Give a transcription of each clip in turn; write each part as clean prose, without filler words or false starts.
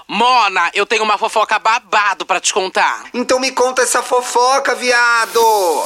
Mona, eu tenho uma fofoca babado pra te contar. Então me conta essa fofoca, viado!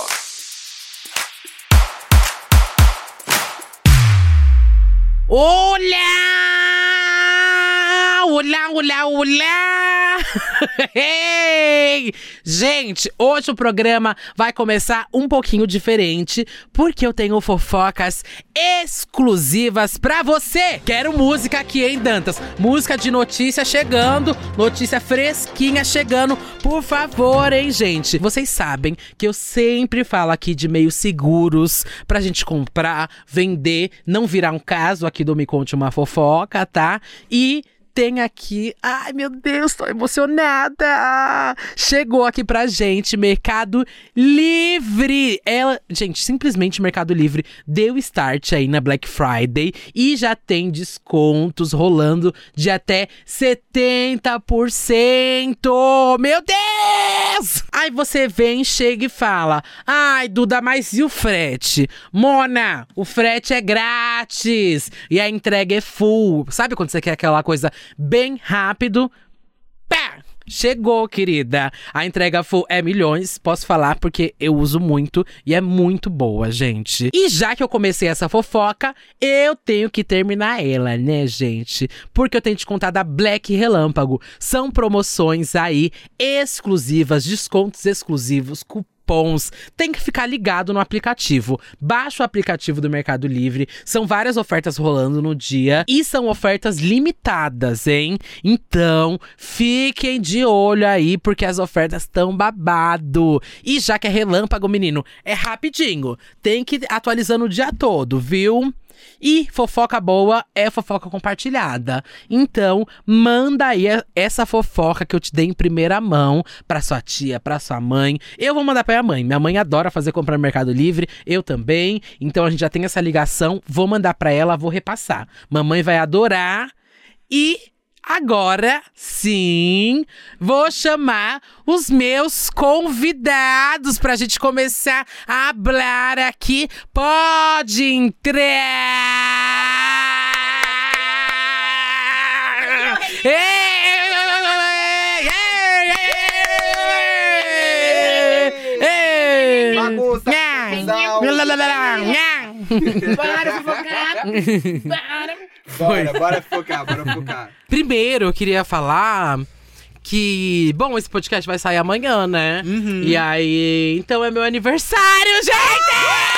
Olá! Olá, olá, olá! Hey! Gente, hoje o programa vai começar um pouquinho diferente, porque eu tenho fofocas exclusivas pra você. Quero música aqui, hein, Dantas? Música de notícia chegando, notícia fresquinha chegando. Por favor, hein, gente? Vocês sabem que eu sempre falo aqui de meios seguros pra gente comprar, vender, não virar um caso aqui do Me Conte Uma Fofoca, tá? E tem aqui, ai meu Deus, tô emocionada! Chegou aqui pra gente Mercado Livre! Gente, simplesmente Mercado Livre deu start aí na Black Friday e já tem descontos rolando de até 70%! Meu Deus! Aí você vem, chega e fala, ai Duda, mas e o frete? Mona, o frete é grátis e a entrega é full. Sabe quando você quer aquela coisa bem rápido? Pá! Chegou, querida. A entrega full é milhões, posso falar porque eu uso muito e é muito boa, gente. E já que eu comecei essa fofoca, eu tenho que terminar ela, né, gente? Porque eu tenho que te contar da Black Relâmpago. São promoções aí exclusivas, descontos exclusivos, cupons. Tem que ficar ligado no aplicativo. Baixa o aplicativo do Mercado Livre. São várias ofertas rolando no dia e são ofertas limitadas, hein? Então, fiquem de olho aí, porque as ofertas estão babado. E já que é relâmpago, menino, é rapidinho. Tem que ir atualizando o dia todo, viu? E fofoca boa é fofoca compartilhada. Então, manda aí essa fofoca que eu te dei em primeira mão pra sua tia, pra sua mãe. Eu vou mandar pra minha mãe. Minha mãe adora fazer compra no Mercado Livre, eu também. Então a gente já tem essa ligação. Vou mandar pra ela, vou repassar. Mamãe vai adorar. E agora, sim, vou chamar os meus convidados pra gente começar a falar aqui. Pode entrar! Bagunça, Bora fofocar! Bora focar. Primeiro, eu queria falar que, bom, esse podcast vai sair amanhã, né? E aí, então é meu aniversário, gente!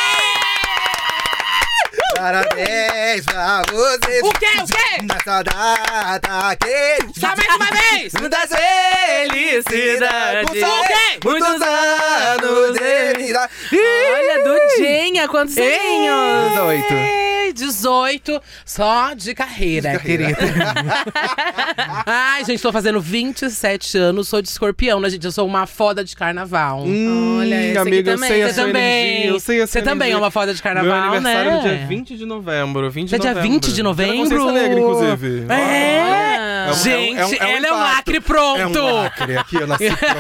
Parabéns pra você. O quê? Nessa data que Só mais uma vez! das felicidades. O quê? Muitos anos de vida. Olha, Dudinha, quantos aninhos? 18, só de carreira, querida. Ai, gente, tô fazendo 27 anos, sou de Escorpião, né, gente? Eu sou uma foda de carnaval. Olha, esse aqui amiga, eu também. sei a Você sua também. energia, eu sei a sua Você também é energia. uma foda de Meu carnaval, aniversário né? é dia 20 de novembro. 20 É de dia novembro. 20 de novembro? Dia da Consciência Negra, inclusive. É! Gente, ela é um lacre pronto! É um lacre, aqui eu nasci pronto.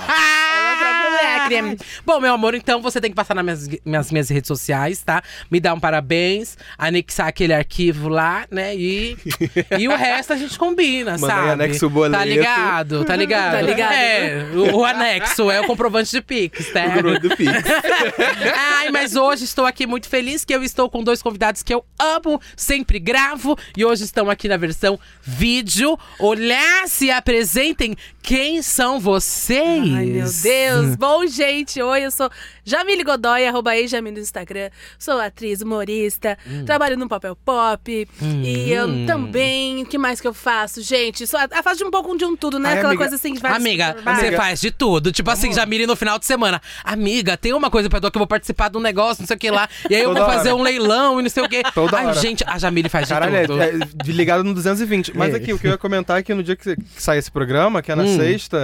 Bom, meu amor, então você tem que passar nas minhas redes sociais, tá? Me dar um parabéns, anexar aquele arquivo lá, né? E o resto a gente combina, Manda sabe? aí, anexa o boleto. Tá ligado? Tá ligado. É, o anexo é o comprovante de Pix, tá? O grupo do Pix. Ai, mas hoje estou aqui muito feliz que eu estou com dois convidados que eu amo, sempre gravo. E hoje estão aqui na versão vídeo. Olá, se apresentem. Quem são vocês? Ai, meu Deus. Bom, gente, oi, eu sou Jamile Godoy, @Jamile no Instagram. Sou atriz, humorista, trabalho no papel pop. E eu também, o que mais que eu faço, gente? Eu faço um pouco de um tudo, né? Ai, Aquela amiga. coisa assim de vários Amiga, trabalhos. você faz de tudo. Tipo assim, Jamile no final de semana. Amiga, tem uma coisa pra doar que eu vou participar de um negócio, não sei o que lá. E aí eu Toda vou fazer hora. um leilão e não sei o que. Toda Ai, hora. gente, a Jamile faz de Caralho, tudo. ligado no 220. Mas aqui, o que eu ia comentar é que no dia que sai esse programa, que é na sexta,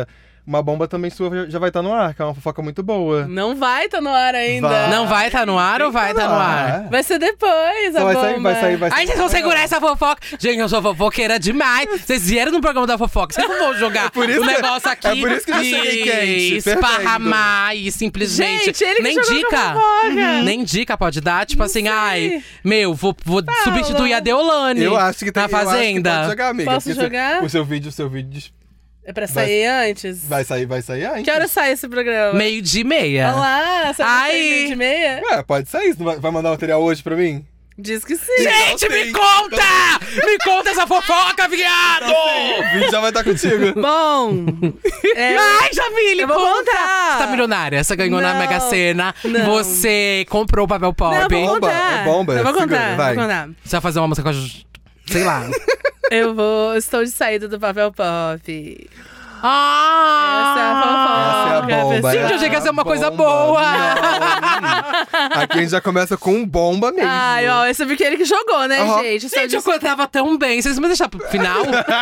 uma bomba também sua já vai estar no ar, que é uma fofoca muito boa. Não vai tá no ar ainda. Vai. Não vai tá no ar ou vai tá no ar? Vai ser depois, a Vai bomba. sair. Ai, vocês vão segurar essa fofoca. Gente, eu sou fofoqueira demais. Vocês vieram no programa da fofoca. Vocês não vão jogar por isso o que- negócio aqui é por isso que eu já cheguei quente, esparramar e simplesmente. Gente, ele que nem jogou com dica. a fofoca. Nem dica pode dar. Tipo assim, sei. ai, meu, vou substituir a Deolane Eu acho que tem na eu acho que Fazenda. pode jogar, amiga. Posso porque jogar? O seu vídeo É pra sair antes? vai sair antes. Que hora sai esse programa? 12:30. Olá, você vai Ai. sair 12:30? Ué, pode sair. Você não vai mandar material hoje pra mim? Diz que sim. Gente, me conta! Me conta essa fofoca, viado! O vídeo já vai estar contigo. Bom, Ai, Jamile, eu vou conta! contar. Você tá milionária, você ganhou na Não, Mega Sena, não. você comprou o papel pop. não, eu vou Bomba, contar. é bomba, Eu vou segura, contar, vai. vou contar. Você vai fazer uma música com a... Sei lá. Estou de saída do papel pop. Ah! Essa é a fofoca. Essa é a bomba. Gente, eu achei que ia ser uma coisa Bomba. boa. Não. Aqui a gente já começa com bomba mesmo. Ai, ó, esse foi ele que jogou, né, Aham. gente? Só Gente, eu disse- cantava tão bem. Vocês vão deixar pro final?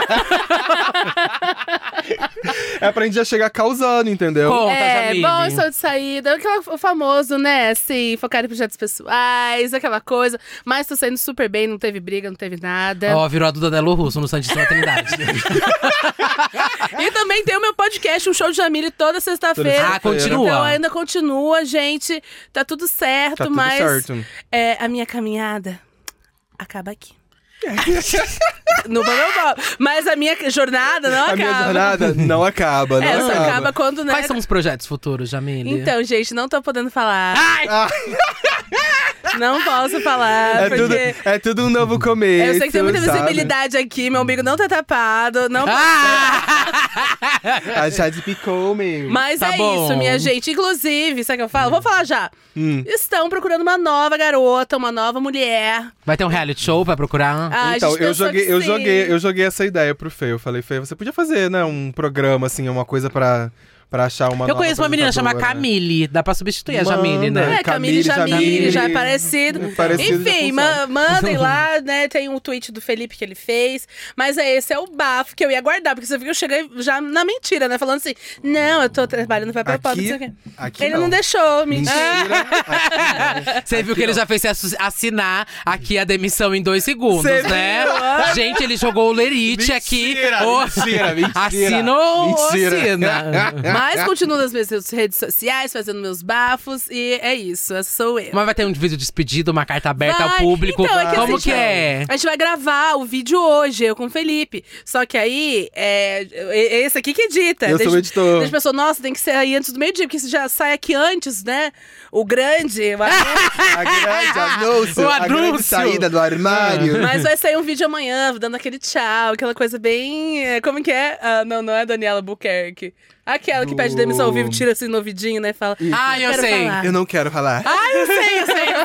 É pra gente já chegar causando, entendeu? Conta, É, Jamile. bom, estou de saída. O famoso, né, assim, focar em projetos pessoais, aquela coisa. Mas tô saindo super bem, não teve briga, não teve nada. Ó, virou a Duda Delo Russo no Santíssima Trindade. E também tem o meu podcast, um show de Jamile toda sexta-feira. Ah, continua. Então ainda continua, gente. Tá tudo certo, Tá tudo mas certo. a minha caminhada acaba aqui. No papel pop. Mas a minha jornada não A acaba. minha jornada não acaba, não Essa acaba. acaba quando, né? Quais são os projetos futuros, Jamile? Então, gente, não tô podendo falar. Ai! Ah, Não posso falar, porque... é tudo um novo começo. Eu sei que tem muita sabe? visibilidade aqui, meu umbigo não tá tapado, não... Ah! A Jade picou, meu. Mas Tá é bom. isso, minha gente. Inclusive, sabe o que eu falo? Vou falar já. Estão procurando uma nova garota, uma nova mulher. Vai ter um reality show pra procurar? Ah, Então, a gente pensou que eu sim. joguei essa ideia pro Fê. Eu falei, Fê, você podia fazer, né, um programa, assim, uma coisa pra achar uma Eu nova conheço uma menina chamada apresentadora. Camille. Dá pra substituir a Manda. Jamile, né? É, Camille Jamile. já é parecido. Parecido já Enfim, funciona. mandem lá, né? Tem um tweet do Felipe que ele fez. Mas esse é o bafo que eu ia guardar, porque você viu que eu cheguei já na mentira, né? Falando assim, não, eu tô trabalhando no papel pop, não sei o quê. Aqui Ele não deixou, Mentira. mentira. Você viu que ele já fez você assinar aqui a demissão em 2 segundos, Cê né? viu? Gente, ele jogou o Lerite aqui. Ô, mentira. Assina ou Mentira. assina? Mas continuo nas minhas redes sociais, fazendo meus bafos. E é isso, essa sou eu. Mas vai ter um vídeo despedido, uma carta aberta ao Vai. público. Então, é que Como assim, que é? A gente vai gravar o vídeo hoje, eu com o Felipe. Só que aí, é esse aqui que edita. Eu sou o editor. Deixa a pessoa, nossa, tem que ser aí antes do meio-dia, porque se já sai aqui antes, né? O grande, o anúncio. A grande anúncio, O a grande anúncio. saída do armário. Mas vai sair um vídeo amanhã, dando aquele tchau, aquela coisa bem... Como que é? Ah, não é Daniela Buquerque. Aquela que pede demissão ao vivo, tira assim no ouvidinho, né? Fala, Ah, eu quero sei. falar. Eu não quero falar. Ah, eu sei.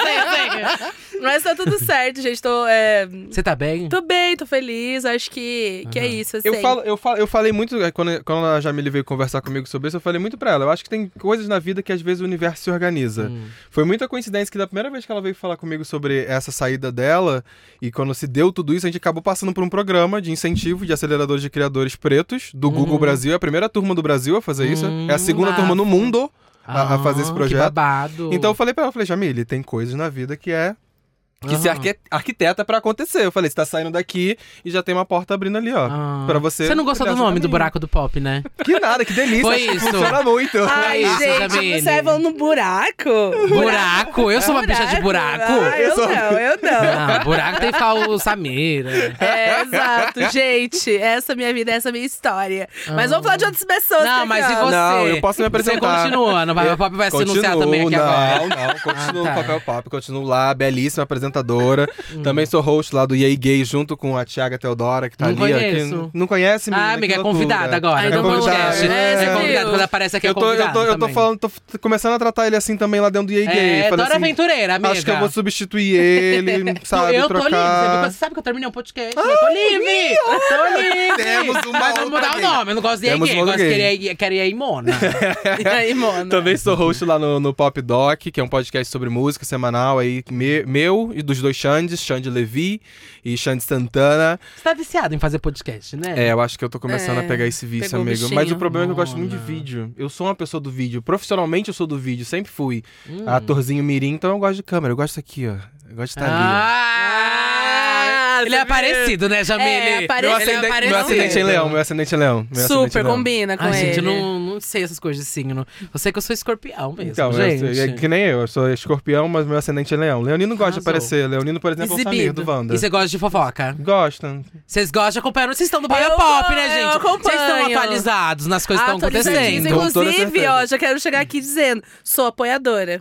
Mas tá tudo certo, gente. Você tá bem? Tô bem, tô feliz. Acho que é isso, assim. Eu falei muito, quando a Jamile veio conversar comigo sobre isso, eu falei muito pra ela. Eu acho que tem coisas na vida que às vezes o universo se organiza. Foi muita coincidência que da primeira vez que ela veio falar comigo sobre essa saída dela, e quando se deu tudo isso, a gente acabou passando por um programa de incentivo de aceleradores de criadores pretos do Google Brasil. É a primeira turma do Brasil a fazer isso. É a segunda turma no mundo a fazer esse projeto. Que babado. Então eu falei pra ela, Jamile, tem coisas na vida que se arquiteta pra acontecer. Eu falei, você tá saindo daqui e já tem uma porta abrindo ali, ó. Pra você. Você não gostou do olhar nome seu do caminho. buraco do pop, né? Que nada, que delícia. Foi acho que isso. Funciona muito. Ai, isso, gente, Jamile. você vai no buraco? Buraco? Eu sou uma bicha de buraco. Ah, eu não. Não, buraco tem que ficar o Samira. É, exato. Gente, essa é a minha vida, essa é a minha história. Mas vamos falar de outras pessoas. Não, que mas aqui, e ó. você? Não, eu posso me apresentar. Você continua, no Papel Pop vai se anunciar também aqui agora. Não, continuo tá. no Papel Pop, continuo lá, belíssima apresentadora. Também sou host lá do Yay Gay, junto com a Tiaga Teodora, que tá Não ali. conheço. Aqui. Não conhece, menina? Ah, amiga, que é convidada loucura. agora. Ai, no então vamos podcast. lá. É Você convidada. viu? Quando aparece aqui é Eu tô convidada falando, tô começando a tratar ele assim também lá dentro do Yay Gay. É, Falei Dora assim, Aventureira, amiga. acho que eu vou substituir ele, sabe, eu tô livre. trocar. Você sabe que eu terminei um podcast. Eu tô livre. Tô livre. Temos uma Mas vamos outra mudar o gay. nome. Eu não gosto de gay. Temos Eu uma gosto outra de querer ir Mona. E aí, mano? Também sou host lá no Pop Doc, que é um podcast sobre música semanal aí, meu dos dois Xandes, Xande Levi e Xande Santana. Você tá viciado em fazer podcast, né? Eu acho que eu tô começando a pegar esse vício, pegou o amigo. bichinho. Mas o problema é que eu gosto muito de vídeo. Eu sou uma pessoa do vídeo. Profissionalmente eu sou do vídeo, sempre fui. Atorzinho mirim, então eu gosto de câmera. Eu gosto disso aqui, ó. Eu gosto de estar ali. Ele é parecido, né, Jamile? É, parecido. Meu ascendente é leão, meu ascendente é leão. Super combina com Ai, ele. gente, eu não sei essas coisas de signo. Eu sei que eu sou escorpião mesmo, Então, gente. é que nem eu sou escorpião, mas meu ascendente é leão. Leonino gosta de Arrasou. aparecer. Leonino, por exemplo, é o Samir do Wanda. E você gosta de fofoca? Gosta. Vocês gostam de acompanhar? Vocês estão do Papel Eu Pop, né, eu gente? acompanho. Vocês estão atualizados nas coisas que estão Atualizadíssimo. acontecendo. Com toda Inclusive, certeza. ó, já quero chegar aqui dizendo, sou apoiadora.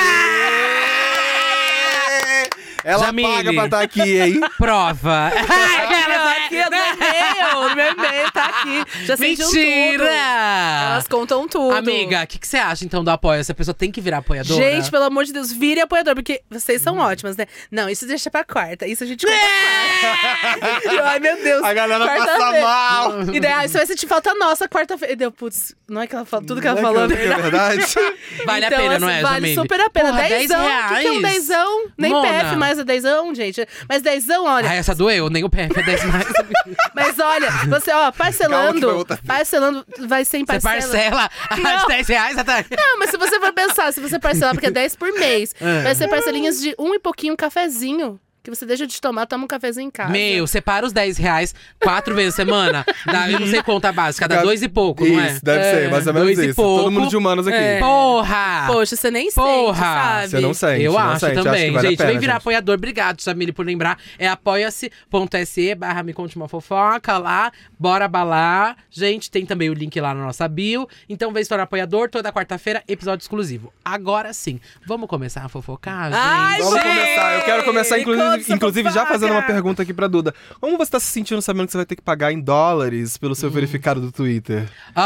Ela Jamile. paga pra estar aqui, hein? Prova. Aqui no meu e-mail, tá aqui. Já sentiam tudo. Mentira! Elas contam tudo. Amiga, o que você acha, então, do apoio? Essa pessoa tem que virar apoiadora? Gente, pelo amor de Deus, vire apoiador, porque vocês são ótimas, né? Não, isso deixa pra quarta. Isso a gente conta quarta. E eu, ai, meu Deus. A galera passa quarta-feira. mal. E daí, você vai sentir falta nossa quarta-feira. E deu, putz, não é que ela falou, tudo que ela Não é falou, que é verdade? Vale então, a pena, assim, não é, vale Jamile? super a pena. Porra, Dezão. O que é um R$10? dezão? Nem Mona. PF mais é dezão, gente. Mas dezão, olha. Ai, essa doeu, nem o PF é 10 mais. Mas olha, você, ó, Calma que vai parcelando. voltar. Parcelando vai ser em Você parcela. parcela de 10 reais até. Não, mas se você for pensar, se você parcelar, porque é 10 por mês, vai ser parcelinhas de um e pouquinho, um cafezinho. Que você deixa de tomar, toma um cafezinho em casa. Meu, separa os 10 reais 4 vezes a semana. Dá, eu não sei conta básica, dá 2 e pouco, não é? Isso, deve ser, mais ou menos 2 e isso. pouco. Todo mundo de humanos aqui. É. Porra! Poxa, você nem Porra! sente, sabe? Você não sente, Eu não acho sente. também, que vale a gente. pena, Vem virar gente. apoiador. Obrigado, Jamile, por lembrar. É apoia-se.se/me conte uma fofoca lá. Bora balar. Gente, tem também o link lá na nossa bio. Então vem se tornar apoiador. Toda quarta-feira, episódio exclusivo. Agora sim, vamos começar a fofocar, gente? Ai, Vamos gente! começar. Eu quero começar, Conta inclusive já fofoca! fazendo uma pergunta aqui pra Duda. Como você tá se sentindo sabendo que você vai ter que pagar em dólares pelo seu verificado do Twitter?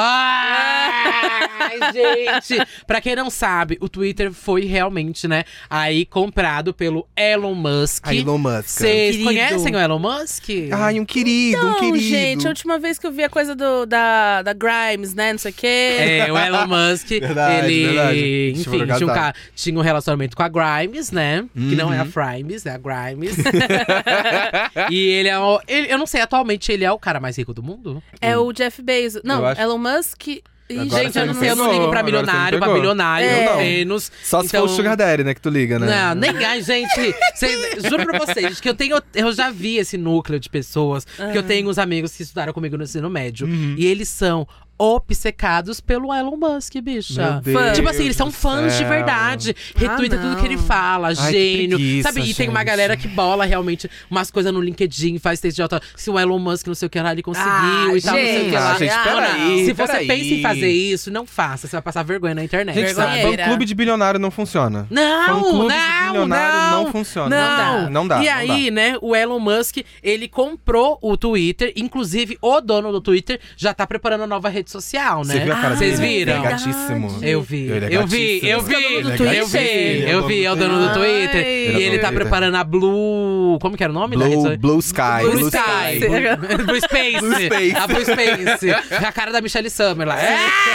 Ai, gente! Pra quem não sabe, o Twitter foi realmente, né, aí comprado pelo Elon Musk. A Elon Musk. Vocês Querido. conhecem o Elon Musk? Ai, um querido, um Não, querido. gente, a última vez que eu vi a coisa da Grimes, né, não sei o quê. É, o Elon Musk, Verdade, ele, verdade. enfim, tinha um relacionamento com a Grimes, né? Que não é a Frimes, é a Grimes. E ele é eu não sei, atualmente ele é o cara mais rico do mundo? É o Jeff Bezos. Não, Eu acho- Elon Musk. Ih, Agora Gente, você eu não me sei, eu não pegou, ligo pra agora você me milionário, pra pegou. bilionário, É. Não. menos. Só se for o Sugar Daddy, né, que tu liga, né? Não, nem ai, gente. Juro pra vocês que eu já vi esse núcleo de pessoas, porque eu tenho uns amigos que estudaram comigo no ensino médio. E eles são obcecados pelo Elon Musk, bicha. Meu Deus Tipo assim, eles são do fãs de céu. verdade. Retweeta tudo que ele fala, Ai, que gênio. preguiça, Sabe? E tem uma gente. galera que bola realmente umas coisas no LinkedIn, faz texto de alta. Se o Elon Musk não sei o que lá, ele conseguiu e tal, não sei o que lá. gente, peraí, Se você peraí. pensa em fazer isso, não faça. Você vai passar vergonha na internet. Gente, sabe, Vergonheira. fã-clube de bilionário não funciona. Não, Fã-clube de não, bilionário não. não funciona. Não, Não dá. E não aí, né, o Elon Musk, ele comprou o Twitter. Inclusive, o dono do Twitter já tá preparando a nova rede social, né? Você viu a cara Vocês dele? viram? Ele é gatíssimo. Eu vi, Ele é eu vi, gatíssimo. eu vi, Ele é eu gatíssimo. vi, é o dono do Twitter. Ai. E ele tá preparando a Blue… Como que era o nome da rede social? Blue Sky. Blue Sky. Blue Space. Blue Space. A Blue Space. A cara da Michelle Summer lá.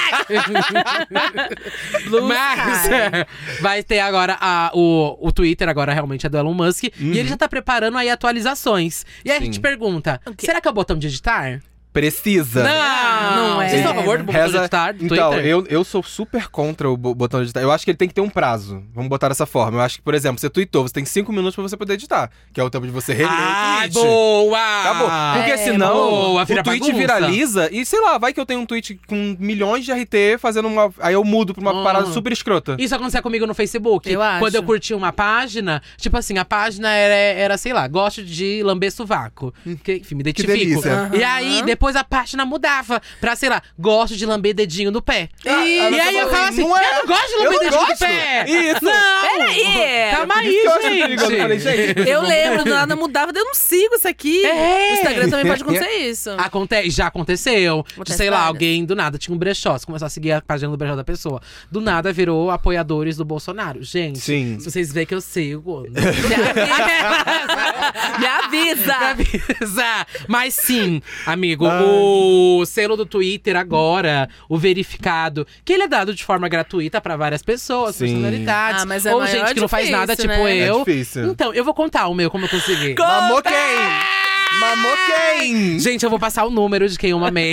Mas vai ter agora o Twitter, agora realmente é do Elon Musk. E ele já tá preparando aí atualizações. E aí a Sim. gente pergunta, será que é o botão de editar? Precisa. Não é. Vocês estão a favor do botão de editar do Então, Twitter? eu sou super contra o botão de editar. Eu acho que ele tem que ter um prazo. Vamos botar dessa forma. Eu acho que, por exemplo, você tweetou, você tem 5 minutos pra você poder editar. Que é o tempo de você reler o tweet. Boa! Acabou. Porque senão, boa, o vira tweet bagunça. viraliza e, sei lá, vai que eu tenho um tweet com milhões de RT fazendo uma… Aí eu mudo pra uma parada super escrota. Isso acontecia comigo no Facebook. Eu acho. Quando eu curti uma página, tipo assim, a página era sei lá, gosto de lamber sovaco. Que, enfim, me identifico. delícia. E aí, depois a página mudava pra, sei lá, gosto de lamber dedinho no pé. E aí eu falo assim, não é. eu não gosto de lamber Eu não dedinho gosto. no pé. Isso. Não! Peraí. Calma Por isso que eu acho aí, perigoso. Eu falei, gente, Eu lembro, do nada mudava, eu não sigo isso aqui. É. No Instagram também pode acontecer isso. Já aconteceu. Acontece Sei lá, várias. alguém do nada tinha um brechó. Você começou a seguir a página do brechó da pessoa. Do nada virou apoiadores do Bolsonaro. Gente, Sim. se vocês verem que eu sigo. Me avisa. Me avisa. Mas sim, amigo, o selo do Twitter agora, o verificado, que ele é dado de forma gratuita pra várias pessoas, Sim. personalidades. mas é ou maior gente que não faz difícil, nada, tipo né? eu. É difícil. Então, eu vou contar o meu, como eu consegui. Mamou quem? Mamou quem? Gente, eu vou passar o número de quem eu mamei.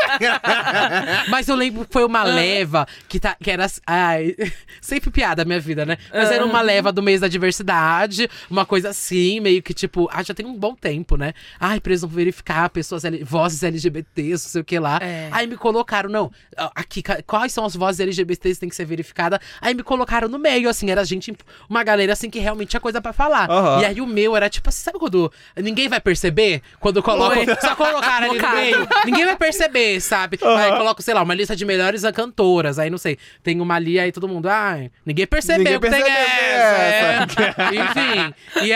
Mas eu lembro que foi uma leva que era. Ai, sempre piada a minha vida, né? Mas era uma leva do mês da diversidade, uma coisa assim, meio que tipo, já tem um bom tempo, né? Ai, precisam verificar pessoas, vozes LGBTs, não sei o que lá. Aí me colocaram, não, aqui, quais são as vozes LGBTs que tem que ser verificada? Aí me colocaram no meio, assim, era gente, uma galera assim que realmente tinha coisa pra falar. E aí o meu era tipo, sabe quando ninguém vai perceber? Quando colocam, só colocaram ali no meio, ninguém vai perceber, sabe? Aí coloco, sei lá, uma lista de melhores cantoras, aí não sei, tem uma ali, aí todo mundo, ninguém percebeu que tem essa. Enfim,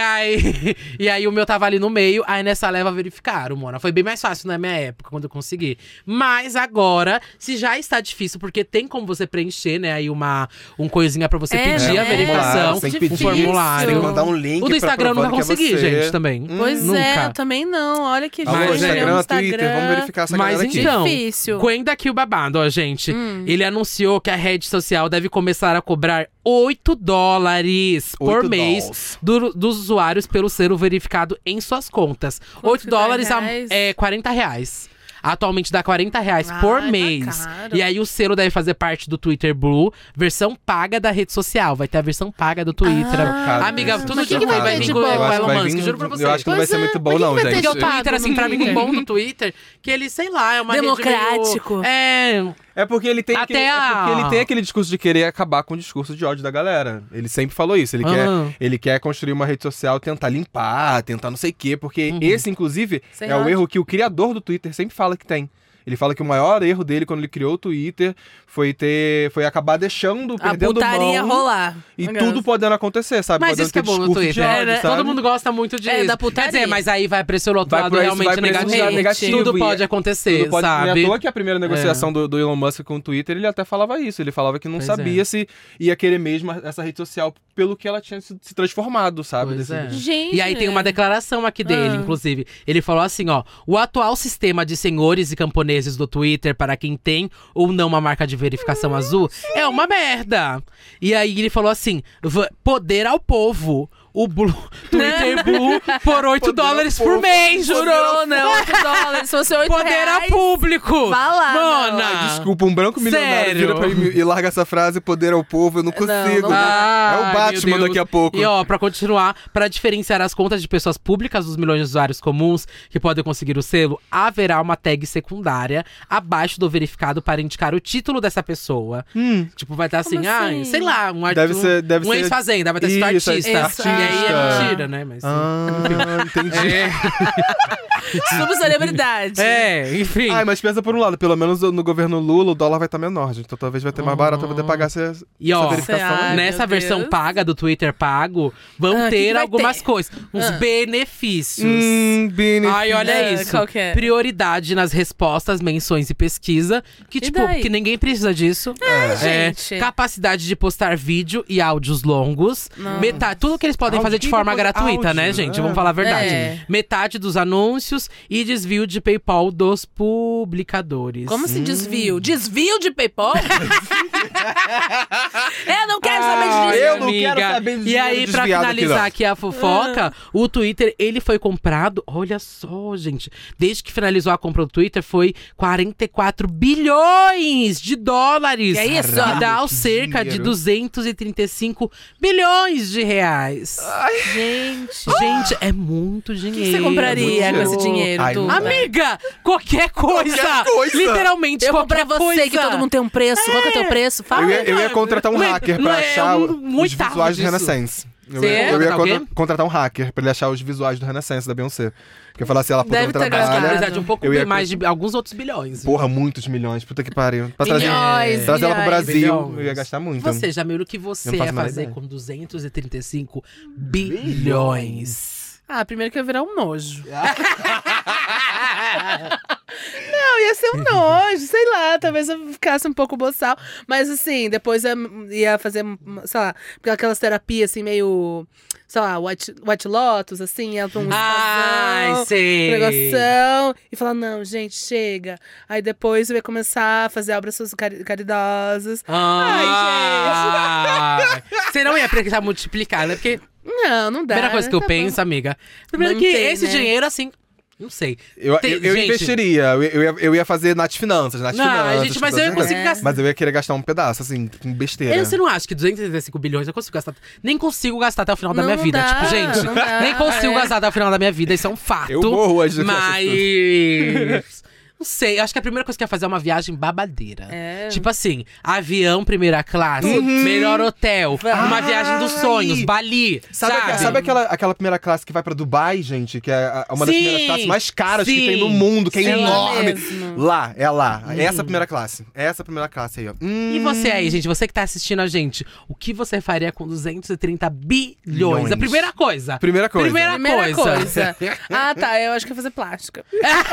e aí o meu tava ali no meio, aí nessa leva verificaram, Mona. Foi bem mais fácil na minha época, quando eu consegui. Mas agora, se já está difícil, porque tem como você preencher, né, aí um coisinha pra você pedir a verificação, tem que um formulário. Tem que mandar um link O do Instagram eu nunca consegui, gente, também. Pois Nunca. é, eu também não. Olha que Alô, Mas, Instagram, Twitter, vamos verificar essa Mas galera aqui. então, Difícil. Coenda aqui o babado, ó, gente. Ele anunciou que a rede social deve começar a cobrar $8 por mês dos usuários pelo selo verificado em suas contas. Quanto $8 que dá em reais? é R$40. Atualmente dá R$40 por tá mês. caro. E aí o selo deve fazer parte do Twitter Blue, versão paga da rede social. Vai ter a versão paga do Twitter. Amiga, tudo Mas de que que ruim vai vai ter vir de com o bom? Elon Musk, juro pra você. Eu acho que não vai ser muito bom, não, mas que vai ter gente. Porque o Twitter, pago assim, no pra mim, o Twitter? bom do Twitter, que ele, sei lá, é uma Democrático. rede meio… É porque ele tem Até ele tem aquele discurso de querer acabar com o discurso de ódio da galera. Ele sempre falou isso. Ele quer construir uma rede social, tentar limpar, tentar não sei o quê. Porque esse, inclusive, Sem é o ódio. erro que o criador do Twitter sempre fala que tem. Ele fala que o maior erro dele quando ele criou o Twitter foi acabar deixando, A perdendo putaria mão. rolar. E tudo podendo acontecer, sabe? Mas podendo isso que é ter bom no discurso de Twitter. ódio, sabe? Todo mundo gosta muito disso. É, da putaria. Quer dizer, mas aí vai pra esse outro Vai lado pra esse- realmente vai pra esse negativo. lado negativo. Tudo E pode acontecer, Tudo pode, sabe? Não é à toa que a primeira negociação do Elon Musk com o Twitter, ele até falava isso. Ele falava que não Pois sabia se ia querer mesmo essa rede social pelo que ela tinha se transformado, sabe? Pois é. Gente. E aí tem uma declaração aqui dele, inclusive. Ele falou assim, ó. O atual sistema de senhores e camponeses do Twitter para quem tem ou não uma marca de verificação azul é uma merda. E aí ele falou assim, poder ao povo. O Twitter Blue por $8 por mês, jurou? Jurou, né? $8. Se fosse $8 Poder ao público. Vá lá, Mona. não. Desculpa, um branco milionário Sério? vira pra mim e larga essa frase, poder ao povo, eu não consigo. não dá. É o Ai, Batman meu Deus. daqui a pouco. E ó, pra continuar, pra diferenciar as contas de pessoas públicas dos milhões de usuários comuns que podem conseguir o selo, haverá uma tag secundária abaixo do verificado para indicar o título dessa pessoa. Tipo, vai estar assim, Como assim? sei lá, um Deve ser- ex-fazenda, vai estar escrito Isso, artista. artista. E aí é mentira, né? Mas, Entendi. Subcelebridade. enfim. Ai, mas pensa por um lado, pelo menos no governo Lula o dólar vai estar menor, gente. Então talvez vai ter mais barato pra poder pagar essa E ó, verificação. Ai, nessa meu versão Deus. paga do Twitter pago, vão que ter vai algumas ter? coisas. Uns benefícios. Benefício. Ai, olha Ah, isso. qual que é? Prioridade nas respostas, menções e pesquisa. Que, E tipo, daí? que ninguém precisa disso. gente. Capacidade de postar vídeo e áudios longos. Metade, tudo que eles podem Áudio, fazer de quem forma vai poder- gratuita, né, áudio? gente? Vamos falar a verdade. É. Metade dos anúncios e desvio de PayPal dos publicadores. Como se desvio? Desvio de PayPal? Eu não quero saber disso. eu não quero saber de E aí, dinheiro pra desviado finalizar aqui, aqui a fofoca, o Twitter, ele foi comprado, olha só, gente, desde que finalizou a compra do Twitter, foi 44 bilhões de dólares. Que é isso? Que dá que cerca de dinheiro. 235 bilhões de reais. Gente. Gente, é muito O dinheiro. que você compraria muito com esse dinheiro. dinheiro, Ai, Duda? Amiga, qualquer coisa. Qualquer coisa. Literalmente, Eu comprei qualquer você, coisa. que todo mundo tem um preço. Qual que é o teu preço? Fala. Eu ia contratar um Não é- hacker não pra é achar muito os visuais do disso. Renaissance. Eu Você ia, ia eu ia contratar o quê? contratar um hacker pra ele achar os visuais do Renaissance da Beyoncé. Porque eu falar assim, ela Deve puta ter trabalha. gastado. Precisar de um pouco Eu ia mais de alguns outros bilhões. Porra, muitos milhões. Puta que pariu. Pra trazer, Milhões, trazer ela pro milhões. Brasil, Bilhões. eu ia gastar muito. Você, Jamil, o que você Eu não faço ia a menor fazer ideia. com 235 bilhões? Ah, primeiro que eu ia virar um nojo. Não, ia ia ser um nojo, sei lá, talvez eu ficasse um pouco boçal. Mas assim, depois eu ia fazer, sei lá, aquelas terapias assim, meio, sei lá, White Lotus, assim, ia pra um Ai, sei. negoção, e falar, não, gente, chega. Aí depois eu ia começar a fazer obras caridosas. Ai, gente. Você não ia precisar multiplicar, né? Porque Não dá. a primeira coisa que eu tá penso, bom. amiga, primeiro Não que tem, esse né? dinheiro, assim, não sei. Eu Gente, investiria, eu ia fazer Nath Finanças, Não, gente, mas eu não consigo gastar. Mas eu ia querer gastar um pedaço, assim, com besteira. Você não acha que 235 bilhões eu consigo gastar? Nem consigo gastar até o final da Não, minha não vida. dá, Tipo, gente, não dá, nem consigo gastar até o final da minha vida. Isso é um fato. Eu morro hoje com essas Mas. Não sei, acho que a primeira coisa que eu ia fazer é uma viagem babadeira. É. Tipo assim, avião, primeira classe, melhor hotel, uma viagem dos sonhos, Bali, sabe? Sabe aquela primeira classe que vai pra Dubai, gente? Que é uma das Sim, primeiras classes mais caras que sim, tem no mundo, que é sim. enorme. Mesmo. Lá, é lá. Essa primeira classe. Essa primeira classe aí, ó. E você aí, gente, você que tá assistindo a gente, o que você faria com 230 bilhões? A primeira coisa. Primeira coisa. Primeira coisa. Ah, tá, eu acho que ia fazer plástica.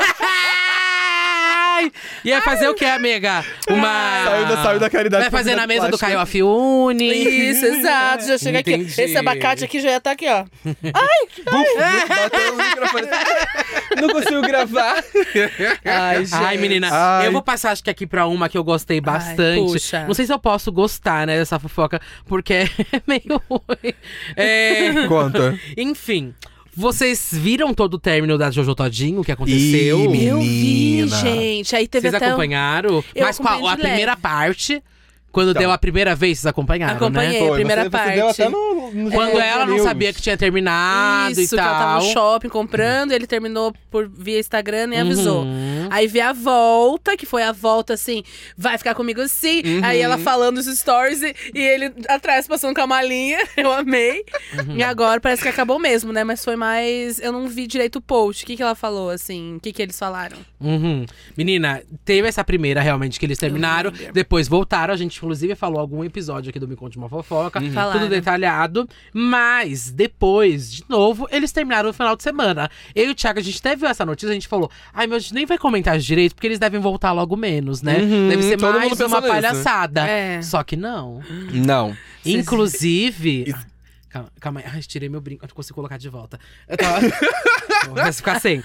Ia fazer o que, amiga? Saiu da caridade. Vai fazer pra na mesa do plástica. Caio Afiune. Isso, exato. Já chega aqui. Entendi. Esse abacate aqui já ia estar aqui, ó. Bateu no microfone. Não consigo gravar. Ai, gente. Ai, menina, Ai. eu vou passar acho que aqui pra uma que eu gostei bastante. puxa. Não sei se eu posso gostar, né, dessa fofoca, porque é meio ruim. Conta. Enfim, vocês viram todo o término da Jojo Todinho, o que aconteceu? Ih, Eu vi, Menina. gente. Aí teve Vocês até acompanharam? Eu Mas qual? acompanhei A de primeira leve. parte, quando Então. deu a primeira vez, vocês acompanharam, Acompanhei. né? Foi, primeira você deu parte. até no Quando ela não News. sabia que tinha terminado Isso, e que ela tava tal. no shopping comprando, ele terminou via Instagram e avisou. Uhum. Aí veio a volta, que foi a volta assim, vai ficar comigo sim. Aí ela falando os stories e ele atrás passando com a malinha, eu amei. E agora parece que acabou mesmo, né? Mas foi mais, eu não vi direito o post. O que ela falou, assim, o que eles falaram? Uhum. Menina, teve essa primeira realmente que eles terminaram, lembro. depois voltaram, a gente inclusive falou algum episódio aqui do Me Conte Uma Fofoca, Falaram. tudo detalhado, mas depois, de novo, eles terminaram no final de semana. Eu e o Thiago, a gente até viu essa notícia, a gente falou, ai meu, a gente nem vai comentar direito, porque eles devem voltar logo menos, né? Deve ser todo mundo mais uma pensando nisso. palhaçada. É. Só que não. Não. Inclusive... Calma aí, ai, tirei meu brinco, eu não consigo colocar de volta. Eu tava... Vai ficar sem.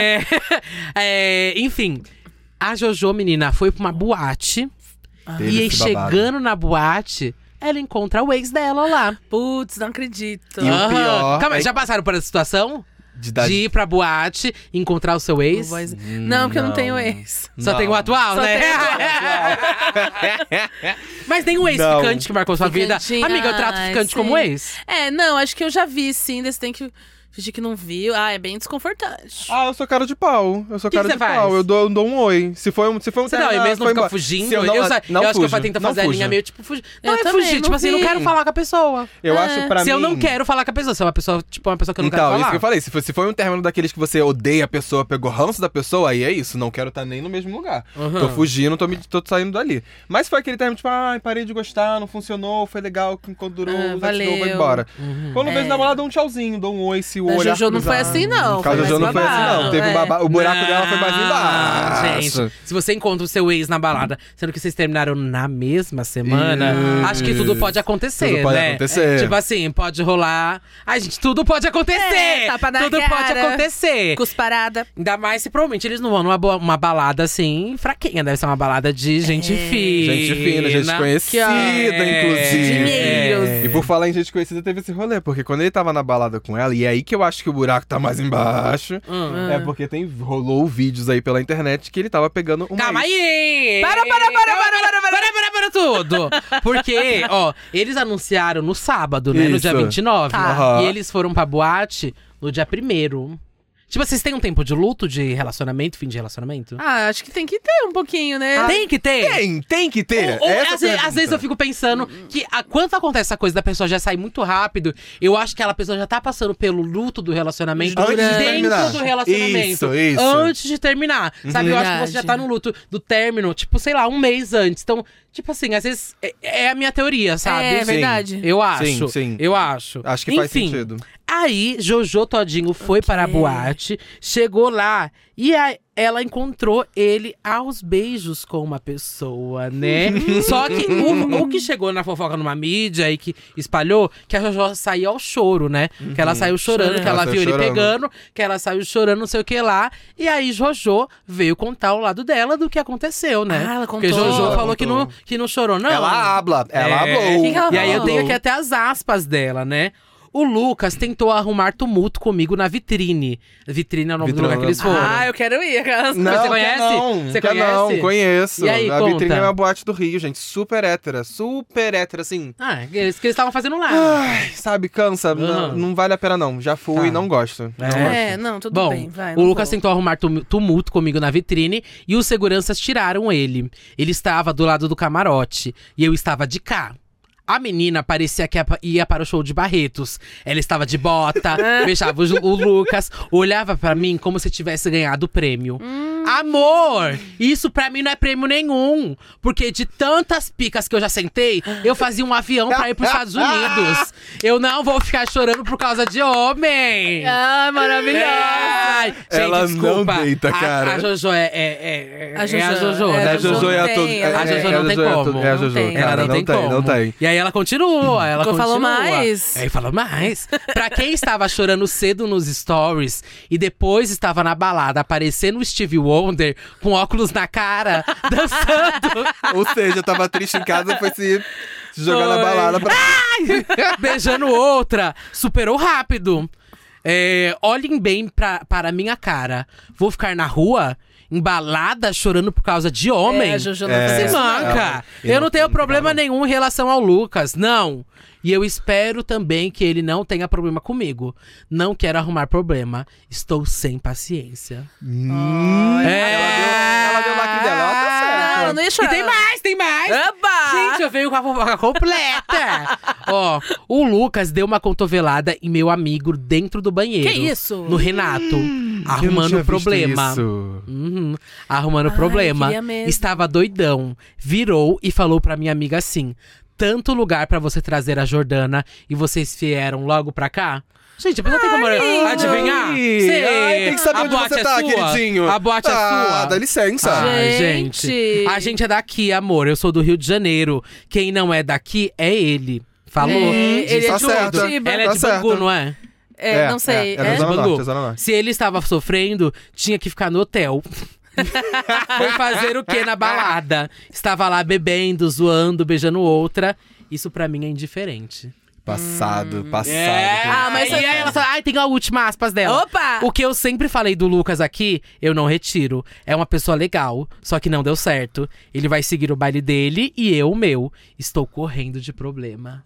Enfim, a Jojo, menina, foi pra uma boate. Teve E aí, esse babado. chegando na boate, ela encontra o ex dela lá. Putz, não acredito. E o Aham. pior Calma, é já passaram por essa situação? De dar... De ir pra boate, encontrar o seu ex? Não, porque eu não tenho ex. Só Não. tem o atual, Só né? tem Mas tem um Não. ex-ficante que marcou sua vida. Ficantinho, Amiga, eu trato ai, ficante sim. como ex. Não, acho que eu já vi, sim. Você tem que fingir que não viu. Ah, é bem desconfortante. Ah, eu sou cara de pau. Eu sou Que cara que de você faz? pau. Eu dou um oi. Se foi um Você não, término, e mesmo não foi fica embora. fugindo. Se eu não, eu acho que eu fujo, tento não fazer a linha fujo. meio tipo fugir. Eu Não é também, fugir, não tipo assim, não vi. quero falar com a pessoa. Eu acho pra Se mim... eu não quero falar com a pessoa, se é uma pessoa, tipo, uma pessoa que eu não quero Então, falar. isso que eu falei. Se foi um término daqueles que você odeia a pessoa, pegou ranço da pessoa, aí é isso. Não quero estar nem no mesmo lugar. Uhum. Tô fugindo, tô saindo dali. Mas foi aquele término, tipo, ai, parei de gostar, não funcionou, foi legal, enquanto durou, valeu. vou embora. Uhum. Quando vejo na balada, dou um tchauzinho, dou um oi, se o Da olhar Jojo não foi cruzar. assim, não. Com a Foi Jojo mais não foi assim, não. babado, Teve o buraco Não, dela foi mais embaixo. Gente, se você encontra o seu ex na balada, sendo que vocês terminaram na mesma semana, acho que tudo pode acontecer, Tudo pode né? acontecer. Tipo assim, pode rolar. Ai, gente, tudo pode acontecer! Tapa na Tudo cara. pode acontecer! Cusparada. Ainda mais se provavelmente eles não vão uma balada assim, fraquinha. Deve ser uma balada de gente fina. Gente fina, gente conhecida, inclusive. Dinheiros. E por falar em gente conhecida, teve esse rolê. Porque quando ele tava na balada com ela, e é aí que eu acho que o buraco tá mais embaixo, é porque rolou vídeos aí pela internet que ele tava pegando uma Calma ex. aí! Para tudo! Porque, ó, eles anunciaram no sábado, né? No dia Isso. 29. Tá. Aham. E eles foram pra boate no dia 1º. Tipo, vocês têm um tempo de luto de relacionamento, fim de relacionamento? Ah, acho que tem que ter um pouquinho, né? Tem que ter! Tem que ter. Ou, Essa às pergunta. vezes eu fico pensando que quando acontece essa coisa da pessoa já sair muito rápido, eu acho que aquela pessoa já tá passando pelo luto do relacionamento Antes de dentro terminar. do relacionamento. Isso. Antes de terminar. Sabe? Eu acho que você já tá no luto do término, tipo, sei lá, um mês antes. Então, tipo assim, às vezes é a minha teoria, sabe? É verdade. Eu acho. Sim. Eu acho. Acho que Enfim, faz sentido. Aí, Jojo Todinho foi para a boate, chegou lá, e ela encontrou ele aos beijos com uma pessoa, né? Só que o que chegou na fofoca numa mídia e que espalhou, que a Jojo saiu ao choro, né? Que ela saiu chorando, que ela Ela viu saiu ele chorando. pegando, que ela saiu chorando, não sei o que lá. E aí Jojo veio contar o lado dela do que aconteceu, né? Ah, ela Porque contou. Jojo Ela falou contou. que não chorou, não. Ela hablou. Que que ela E aí eu falou? tenho aqui até as aspas dela, né? O Lucas tentou arrumar tumulto comigo na vitrine. Vitrine é o nome do lugar que eles foram. Ah, eu quero ir. aquelas- Não, Você conhece? Não, Você quer conhece? Não, conheço. E aí, a conta. vitrine é uma boate do Rio, gente. Super hétera, assim. Ah, que eles estavam fazendo lá. Ai, sabe, cansa. Não, Aham. não vale a pena, não. Já fui, Tá. não gosto. Não gosto. Não, tudo Bom, bem, vai. o não Lucas vou. tentou arrumar tumulto comigo na vitrine e os seguranças tiraram ele. Ele estava do lado do camarote e eu estava de cá. A menina parecia que ia para o show de Barretos. Ela estava de bota, beijava o Lucas, olhava pra mim como se tivesse ganhado o prêmio. Amor, isso pra mim não é prêmio nenhum. Porque de tantas picas que eu já sentei, eu fazia um avião pra ir pros Estados Unidos. Eu não vou ficar chorando por causa de homem. Ai, maravilhosa. Ai, gente, Ela desculpa. não deita, cara. A Jojo é A Jojo, a Jojo, é, né? a Jojo é a tem, todo- ela A Jojo tem. não tem como. É a Jojo, Não tem. cara, Ela não tem como. não tem. E aí ela continua, ela Falou continua. mais. Aí falou mais. Pra quem estava chorando cedo nos stories e depois estava na balada aparecendo o Stevie Wonder com óculos na cara, dançando, Ou seja, tava triste em casa, foi se jogar na Foi. balada pra... beijando outra, superou rápido. Olhem bem para a minha cara. Vou ficar na rua, embalada, chorando por causa de homem? A Jojo não É. faz Se isso. manca! Ele Eu não não tenho tem problema cara, nenhum em relação ao Lucas, não. E eu espero também que ele não tenha problema comigo. Não quero arrumar problema. Estou sem paciência. Ela deu o lacre dela, ela tá certa. Não, ela não ia E chorar. tem mais, tem mais! Opa! Gente, eu venho com a fofoca completa. Ó, o Lucas deu uma cotovelada em meu amigo dentro do banheiro. Que isso? No Renato. Eu não tinha Arrumando visto problema. isso. Uhum, arrumando problema. queria mesmo. Estava doidão. Virou e falou pra minha amiga assim: tanto lugar pra você trazer a Jordana e vocês vieram logo pra cá? Gente, a pessoa tem como adivinhar? Ai, Sei. tem que saber A onde boate você é tá, sua? queridinho. A boate é sua? Dá licença. Ai, Gente. A gente é daqui, amor. Eu sou do Rio de Janeiro. Quem não é daqui é ele. Falou. Ele é Tá de certo. Curitiba. Ela é Tá de Bangu, certo. não é? Não sei. É da Zona Bangu. Norte, é Zona Norte. Se ele estava sofrendo, tinha que ficar no hotel. Foi fazer o quê na balada? Estava lá bebendo, zoando, beijando outra. Isso pra mim é indiferente. Passado. Ah, mas e aí ela fala, ai, tem a última aspas dela. Opa! O que eu sempre falei do Lucas aqui, eu não retiro. É uma pessoa legal, só que não deu certo. Ele vai seguir o baile dele e eu o meu. Estou correndo de problema.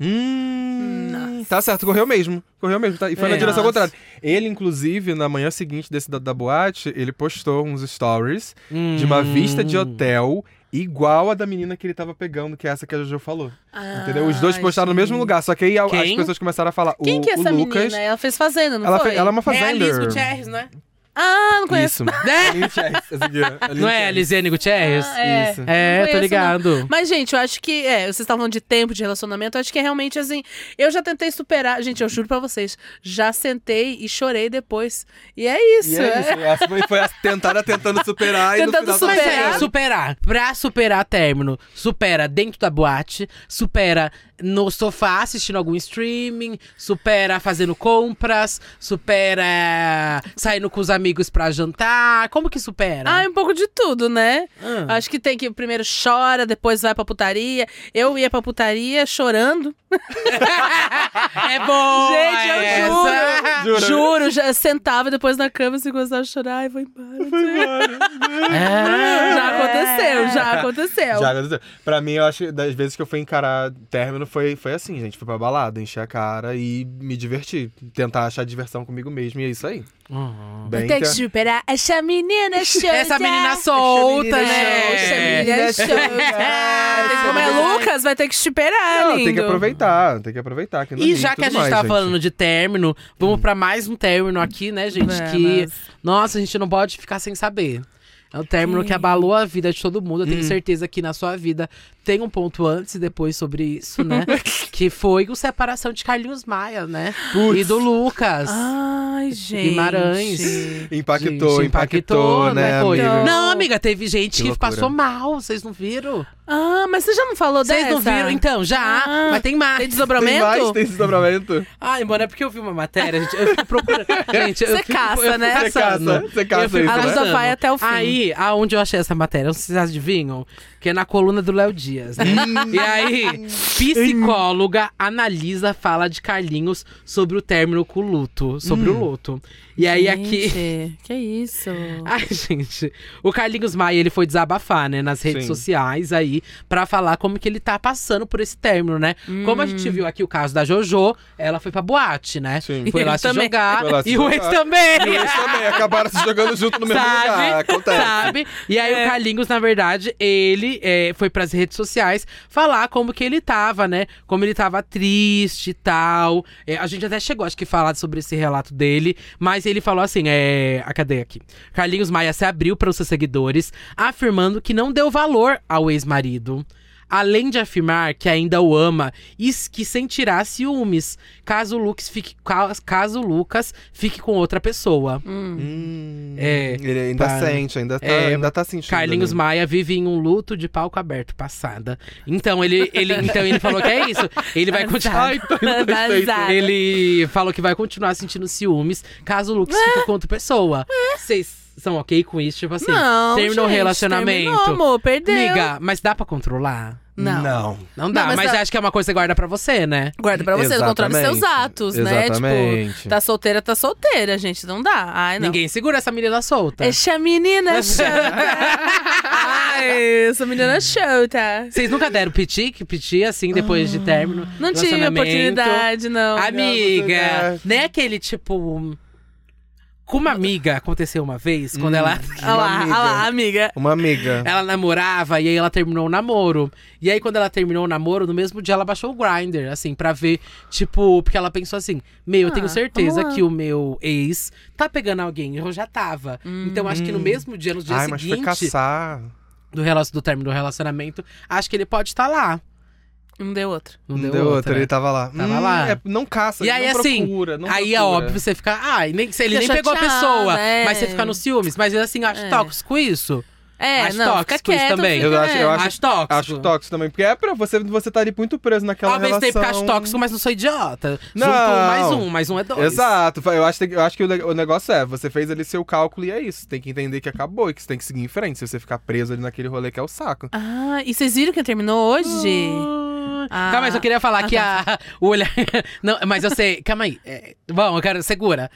Tá certo, correu mesmo. Tá? E foi na É. direção Nossa. contrária. Ele, inclusive, na manhã seguinte desse da boate, ele postou uns stories de uma vista de hotel igual a da menina que ele tava pegando, que é essa que a Jojo falou. Entendeu? Os dois postaram no mesmo lugar, só que aí as Quem? pessoas começaram a falar. Quem que é o essa Lucas, menina? Ela fez Fazenda, não ela, foi? ela é uma É a fazender. Liz Gutierrez, não é? Ah, não conheço. Isso. Aline Chess, essa aqui, Aline Não é a Chess. Lisiane Gutierrez? Isso. Não É, tô conheço, ligado. não. Mas, gente, eu acho que… vocês estavam falando de tempo, de relacionamento. Eu acho que é realmente, assim… Eu já tentei superar… Gente, eu juro pra vocês. Já sentei e chorei depois. E é isso. E é isso. Essa foi a tentada tentando superar e no Tentando final Mas superar. é, superar. Pra superar término, supera dentro da boate, supera no sofá assistindo algum streaming, supera fazendo compras, supera saindo com os amigos pra jantar. Como que supera? Ah, um pouco de tudo, né? Ah. Acho que tem que primeiro chora, depois vai pra putaria. Eu ia pra putaria chorando. É bom! Gente, eu essa. juro. Juro, já sentava depois na cama assim, começava a chorar e vou embora. Já aconteceu, já aconteceu. Já aconteceu. Pra mim, eu acho que das vezes que eu fui encarar término foi assim, gente. Fui pra balada, encher a cara e me divertir. Tentar achar diversão comigo mesmo, e é isso aí. Bem Tem que que- superar essa menina solta. Essa menina solta, menina né? Essa menina solta. Como é Lucas, vai ter que superar, Não, lindo. tem que aproveitar, aqui no E Rio já que a tudo gente mais, tá falando de término, vamos pra mais um término aqui, né, gente? Vamos. Que, nossa, a gente não pode ficar sem saber. É um término que abalou a vida de todo mundo. Eu tenho certeza que na sua vida tem um ponto antes e depois sobre isso, né? Que foi a separação de Carlinhos Maia, né? Putz. E do Lucas. Ai, gente. Guimarães. Impactou, né, Foi. amiga? Não, amiga, teve gente que loucura. passou mal, vocês não viram? Ah, mas você já não falou dessa? Vocês não viram? Então, já, mas tem mais. Tem desdobramento? Tem desdobramento? Ai, mano, é porque eu vi uma matéria, gente, eu fico procurando. Gente, eu Você fico, caça, eu fico né? caçando. Você caça Eu fico isso, A né? Lusa caçando. vai até o fim. Aí, aonde eu achei essa matéria, não sei se vocês adivinham, que é na coluna do Léo Dias, né? E aí, psicóloga analisa a fala de Carlinhos sobre o término com o luto, sobre o luto. E aí aqui… Gente, que isso? Ai, gente, o Carlinhos Maia, ele foi desabafar, né, nas redes Sim. sociais aí, pra falar como que ele tá passando por esse término, né? Como a gente viu aqui o caso da Jojo, ela foi pra boate, né? Sim. Foi E lá ele se também. jogar, Foi lá se e o jogar. ex também! E eles também acabaram se jogando junto no mesmo lugar. Acontece. Sabe? E aí o Carlinhos, na verdade, ele foi pras redes sociais falar como que ele tava, né? Como ele tava triste e tal. A gente até chegou, acho que, a falar sobre esse relato dele. Mas ele falou assim, cadê aqui? Carlinhos Maia se abriu para os seus seguidores, afirmando que não deu valor ao ex-marido. Além de afirmar que ainda o ama e que sentirá ciúmes caso o Lucas fique com outra pessoa. Ele ainda Tá. sente, ainda tá sentindo. Carlinhos ali. Maia vive em um luto de palco aberto, passada. Então ele falou que é isso. Ele vai continuar. Vazada. Ele falou que vai continuar sentindo ciúmes caso o Lucas fique com outra pessoa. Vocês são ok com isso? Tipo assim, Não, terminou o gente, relacionamento. terminou, amor, perdeu. Amiga, mas dá pra controlar? Não. Não dá, Não, mas mas acho que é uma coisa que você guarda pra você, né? Guarda pra você, controle seus atos, né? Exatamente. Tipo, tá solteira, gente. Não dá. Ai, não. Ninguém segura essa menina solta. Deixa a menina solta. Ai, essa menina solta. Vocês nunca deram piti assim, depois de término? Não tive relacionamento? oportunidade, não. Amiga, nem aquele tipo… Com uma amiga, aconteceu uma vez, quando ela… Olha lá, amiga. Uma amiga. Ela namorava e aí ela terminou o namoro. E aí, quando ela terminou o namoro, no mesmo dia ela baixou o Grindr, assim, pra ver, tipo… Porque ela pensou assim, eu tenho certeza vamos lá. que o meu ex tá pegando alguém. Eu já tava. Então, acho que no mesmo dia, no dia Ai, mas foi seguinte caçar. do término do relacionamento, acho que ele pode estar lá. Não deu outro. Não Deu outra, né? ele tava lá. Tava lá. Não caça, E aí, não assim, procura, não aí é procura. óbvio você ficar… nem, se ele Fica nem pegou a chateada, pessoa, é. mas você fica nos ciúmes. Mas assim, acho tóxico isso. Acho não, fica tóxico isso quieto. também. Fica, Eu Acho tóxico. Acho tóxico também, porque é pra você tá ali muito preso naquela Ao mesmo relação. tempo que acho tóxico, mas não sou idiota. Não. Junto mais um é dois. Exato, eu acho que o negócio você fez ali seu cálculo e é isso. Tem que entender que acabou e que você tem que seguir em frente. Se você ficar preso ali naquele rolê que é o saco. Ah, e vocês viram que terminou hoje? Calma aí, só queria falar que o olhar… Não, mas eu sei… Calma aí. Bom, eu quero… Segura.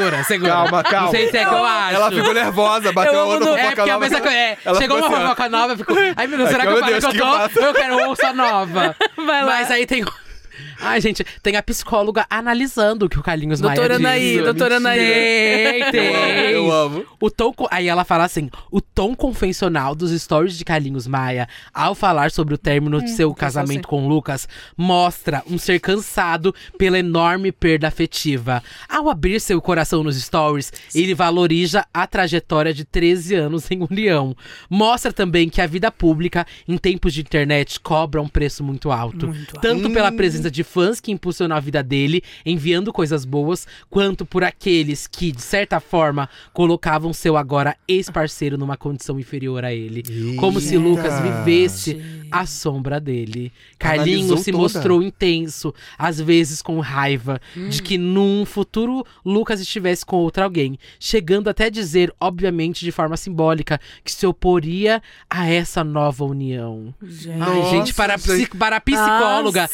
Calma. Não sei se é que eu acho. Ela ficou nervosa, bateu a outra É, fofoca porque a nova. mesma coisa. Ela Chegou uma ficou assim, ó. fofoca nova, eu fico… Ai, meu Deus, será que Meu eu falo Deus, que eu que tô? Eu quero ouça nova. Vai lá. Mas aí tem… Ai, gente, tem a psicóloga analisando o que o Carlinhos Maia Doutora diz. Anaí, doutora Anaí. Tem. Eu amo. O tom, aí ela fala assim, o tom convencional dos stories de Carlinhos Maia ao falar sobre o término de seu casamento com Lucas mostra um ser cansado pela enorme perda afetiva. Ao abrir seu coração nos stories, ele valoriza a trajetória de 13 anos em união. Mostra também que a vida pública, em tempos de internet, cobra um preço muito alto. Tanto pela presença de fãs que impulsionam a vida dele, enviando coisas boas, quanto por aqueles que, de certa forma, colocavam seu agora ex-parceiro numa condição inferior a ele. Como se Lucas vivesse à sombra dele. Carlinhos Analisou se toda. mostrou intenso, às vezes com raiva, de que num futuro Lucas estivesse com outra alguém, chegando até a dizer, obviamente de forma simbólica, que se oporia a essa nova união. Ai, gente, para a psicóloga,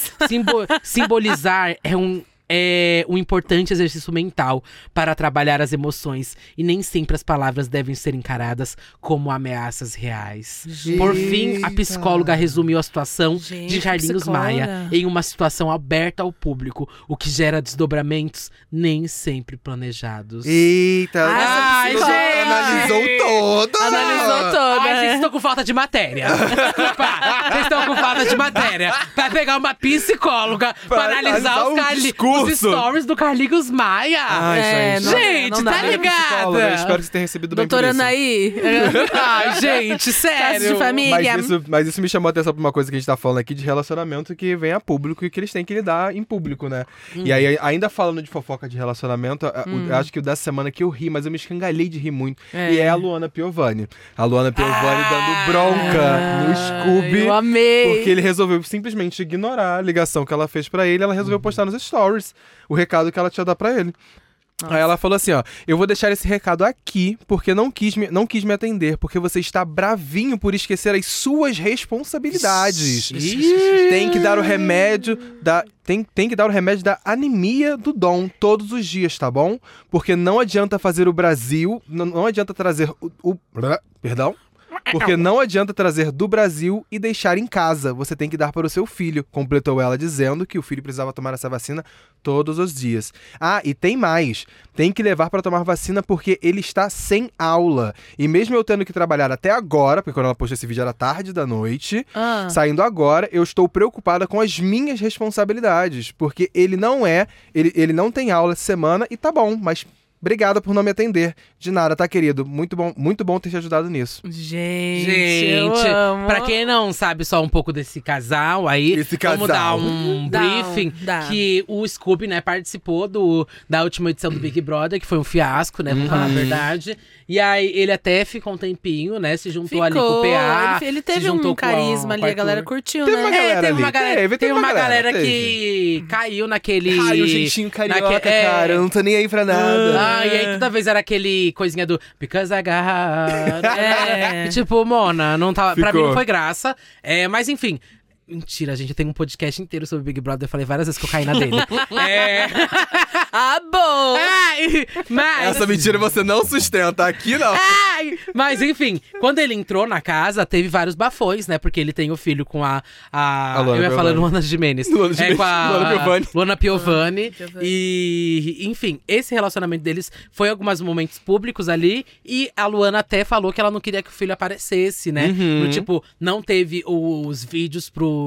simbolizar é um importante exercício mental para trabalhar as emoções e nem sempre as palavras devem ser encaradas como ameaças reais. Por fim, a psicóloga resumiu a situação Gente, de Carlinhos psicóloga. Maia em uma situação aberta ao público, o que gera desdobramentos nem sempre planejados. Eita, Ai, essa gente! analisou toda. Analisou toda. Ai, vocês estão com falta de matéria. Desculpa, vocês estão com falta de matéria. Vai pegar uma psicóloga para analisar os curso. Os stories do Carlinhos Maia. Ai, gente, não dá. tá Ela é psicóloga, eu ligada? espero que você tenha recebido bem por Doutora isso. Anaí. Ai, gente, sério. de família. Mas isso me chamou a atenção pra uma coisa que a gente tá falando aqui de relacionamento que vem a público e que eles têm que lidar em público, né? E aí, ainda falando de fofoca de relacionamento, eu acho que o dessa semana que eu ri, mas eu me escangalhei de rir muito. É. E é a Luana Piovani. A Luana Piovani dando bronca no Scooby. Eu amei. Porque ele resolveu simplesmente ignorar a ligação que ela fez pra ele. Ela resolveu postar nos stories o recado que ela tinha dado pra ele. Aí ela falou assim, ó, eu vou deixar esse recado aqui porque não quis me atender, porque você está bravinho por esquecer as suas responsabilidades. Tem que dar o remédio tem que dar o remédio da anemia do Dom todos os dias, tá bom? Porque não adianta fazer o Brasil, não adianta trazer perdão? Porque não adianta trazer do Brasil e deixar em casa. Você tem que dar para o seu filho. Completou ela dizendo que o filho precisava tomar essa vacina todos os dias. Ah, e tem mais. Tem que levar para tomar vacina porque ele está sem aula. E mesmo eu tendo que trabalhar até agora, porque quando ela postou esse vídeo era tarde da noite, saindo agora, eu estou preocupada com as minhas responsabilidades. Porque ele não tem aula essa semana e tá bom, mas... Obrigada por não me atender. De nada, tá, querido? Muito bom ter te ajudado nisso. Gente, eu amo. Pra quem não sabe só um pouco desse casal aí, vamos dar um briefing. Que o Scooby, né, participou da última edição do Big Brother, que foi um fiasco, né, vamos falar a verdade. E aí ele até ficou um tempinho, né, se juntou ali com o PA. Ele teve um carisma ali, a galera curtiu, teve né? Uma galera teve uma galera que caiu naquele... Ai, o jeitinho carioca, cara, eu não tô nem aí pra nada. E aí toda vez era aquele coisinha do Because I got... E tipo, Mona, não tava, pra mim não foi graça. Mas enfim... Mentira, gente, eu tenho um podcast inteiro sobre Big Brother. Eu falei várias vezes que eu caí na dele. Bom! Mas... Essa mentira você não sustenta, aqui não. Mas enfim, quando ele entrou na casa, teve vários bafões, né? Porque ele tem o filho com a eu ia falar Luana Gimenez. Com a Luana Piovani. E, enfim, esse relacionamento deles foi alguns momentos públicos ali. E a Luana até falou que ela não queria que o filho aparecesse, né? Tipo, não teve os vídeos pro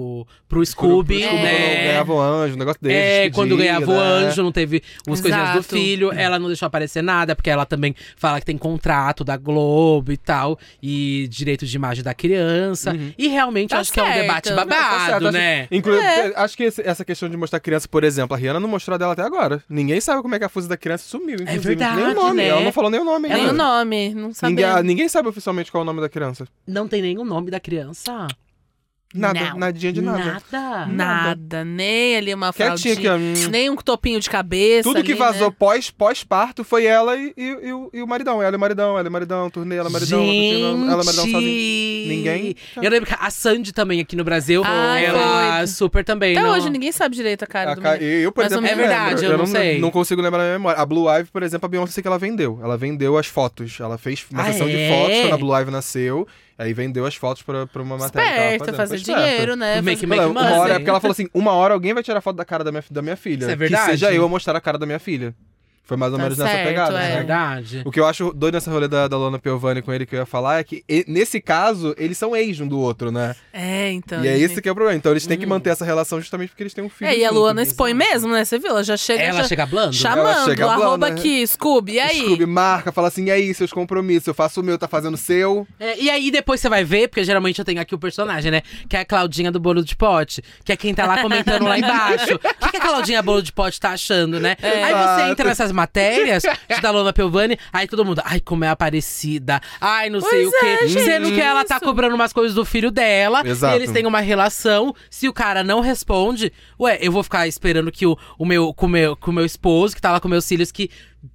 Scooby, né? Quando ganhava o anjo, o negócio dele. Quando ganhava o anjo, não teve os coisinhas do Exato. filho. Ela não deixou aparecer nada, porque ela também fala que tem contrato da Globo e tal. E direito de imagem da criança. E realmente Tá acho que é um certo. debate Tá babado, né? Acho que essa questão de mostrar criança, por exemplo, a Rihanna não mostrou dela até agora. Ninguém sabe como é que a fusa da criança sumiu. Inclusive, verdade, nem o nome. né? Ela não falou nem o nome Nem ainda. o nome, não sabia. Ninguém sabe oficialmente qual é o nome da criança. Não tem nem o nome da criança. Nada, Não. nadinha de nada. Nada, nem ali uma Quietinha fraldinha, aqui, ó. nem um topinho de cabeça. Tudo que ali, vazou né? pós-parto foi ela e o maridão. Ela e o maridão, turnê, ela e o maridão, ela e o maridão sozinha. Ninguém. Eu lembro que a Sandy também aqui no Brasil, Ai, ela foi. super também. Até não... hoje ninguém sabe direito a cara do menino. Eu, por Mais ou exemplo, menos. não lembro. É verdade, eu não sei. Não consigo lembrar na minha memória. A Blue Ivy, por exemplo, a Beyoncé sei que ela vendeu. Ela vendeu as fotos. Ela fez uma sessão de fotos quando a Blue Ivy nasceu. Aí vendeu as fotos pra uma matéria que ela Esperta, tava fazer fazendo. Foi esperta. dinheiro, né? Make Fazer- Uma hora, é porque ela falou assim, uma hora alguém vai tirar foto da cara da minha filha. Isso é verdade? Que seja eu a mostrar a cara da minha filha. Foi mais ou Tá menos nessa certo, pegada. é. né? Verdade. O que eu acho doido nessa rolê da Luana Piovani com ele que eu ia falar é que, nesse caso, eles são ex um do outro, né? Então. e é gente. esse que é o problema. Então eles têm que manter essa relação justamente porque eles têm um filho. E a junto. Luana expõe mesmo, né? Você viu? Ela já chega. Ela já chega blando? chamando, Ela chega blanda, arroba né? aqui, Scooby, e aí? Scooby marca, fala assim, e aí, seus compromissos? Eu faço o meu, tá fazendo o seu. E aí depois você vai ver, porque geralmente eu tenho aqui o personagem, né? Que é a Claudinha do Bolo de Pote. Que é quem tá lá comentando lá embaixo. O que a Claudinha Bolo de Pote tá achando, né? Aí você entra nessas matérias da Luana Piovani, aí todo mundo, ai, como é Aparecida. Ai, não sei o quê. Sendo que ela tá cobrando umas coisas do filho dela. Exato. E eles têm uma relação. Se o cara não responde, eu vou ficar esperando que o meu esposo, que tá lá com meus filhos, que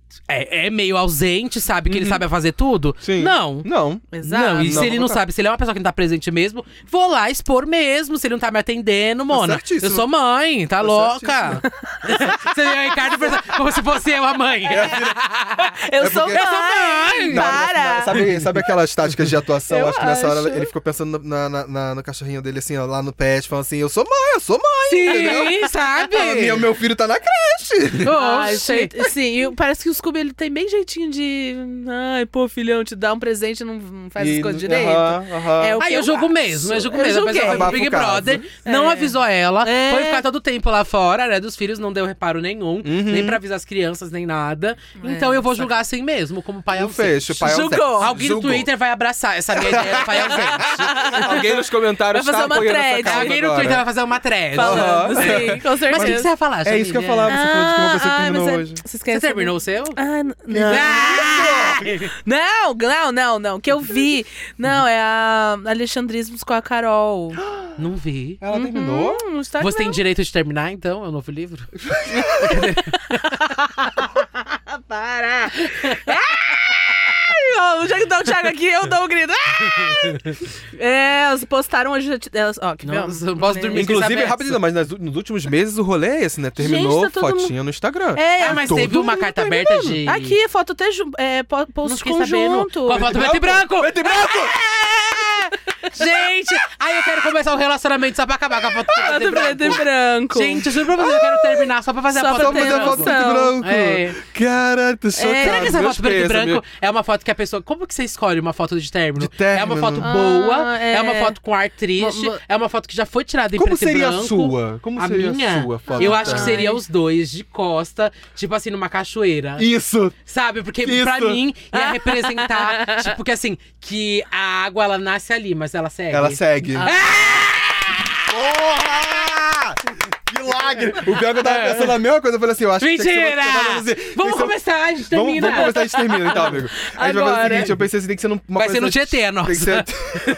é meio ausente, sabe? Que ele sabe fazer tudo. Sim. Não. Exato. Não, e se Não, ele não tá. sabe, se ele é uma pessoa que não tá presente mesmo, vou lá expor mesmo. Se ele não tá me atendendo, Mona. certíssimo. Eu sou mãe, tá louca? Você é o Ricardo como se fosse eu a mãe. Eu sou porque- mãe, para! Sabe aquelas táticas de atuação? Eu Acho que nessa hora acho. ele ficou pensando no cachorrinho dele, assim, ó, lá no pet, falando assim, eu sou mãe. Sim, sabe? Meu filho tá na creche. Ai, Oxi. gente, sim, e parece que os Scooby, ele tem bem jeitinho de... Ai, pô, filhão, te dá um presente e não faz as coisas direito. É o que eu julgo mesmo, eu julgo mesmo. A pessoa foi pro Big Brother, não avisou ela, foi ficar todo o tempo lá fora, né, dos filhos, não deu reparo nenhum, nem pra avisar as crianças, nem nada. Então eu vou julgar assim mesmo, como pai ausente. Julgou. Alguém no Twitter vai abraçar essa minha ideia do pai ausente. Alguém nos comentários vai fazer uma thread. Alguém no Twitter vai fazer uma thread. Falando, sim, com certeza. Mas o que você vai falar, É isso que eu ia falar, você falou de que uma pessoa que terminou hoje. Você terminou o seu? Não. Que eu vi. Não, é a Alexandrismos com a Carol. Não vi. Ela terminou? Você tem direito de terminar, então? É o novo livro? Para! Já que dá o Thiago aqui, eu dou um grito. Elas postaram hoje. Ó, que não posso dormir. Inclusive, rapidinho, mas nos últimos meses o rolê é esse, né? Terminou, gente, tá fotinha no Instagram. Mas teve uma carta aberta de. Aqui, foto até post conjunto. Com a foto preto e branco! Preto e branco! Gente! Aí eu quero começar um relacionamento só pra acabar com a foto preto e branco. Gente, eu juro pra você, eu quero terminar só pra fazer a foto preto e branco. Cara, tô chocado. Será que essa foto preto e branco é uma foto que a pessoa... Como que você escolhe uma foto de término? É uma foto boa, é uma foto com ar triste, é uma foto que já foi tirada em preto e branco. Como seria a sua? Como seria a sua foto? Eu acho que seria os dois, de costa, tipo assim, numa cachoeira. Isso! Sabe? Porque pra mim ia representar, tipo, que assim, que a água, ela nasce ali, mas ela segue. Ela segue. Porra! Milagre! O pior que eu tava pensando a mesma coisa, eu falei assim, eu acho Mentira! que tem que ser Vamos começar, a gente termina. Vamos começar, a gente termina, então, amigo. A gente vai fazer o seguinte, eu pensei assim, tem que ser uma vai coisa... ser no GT, nossa. Tem que ser...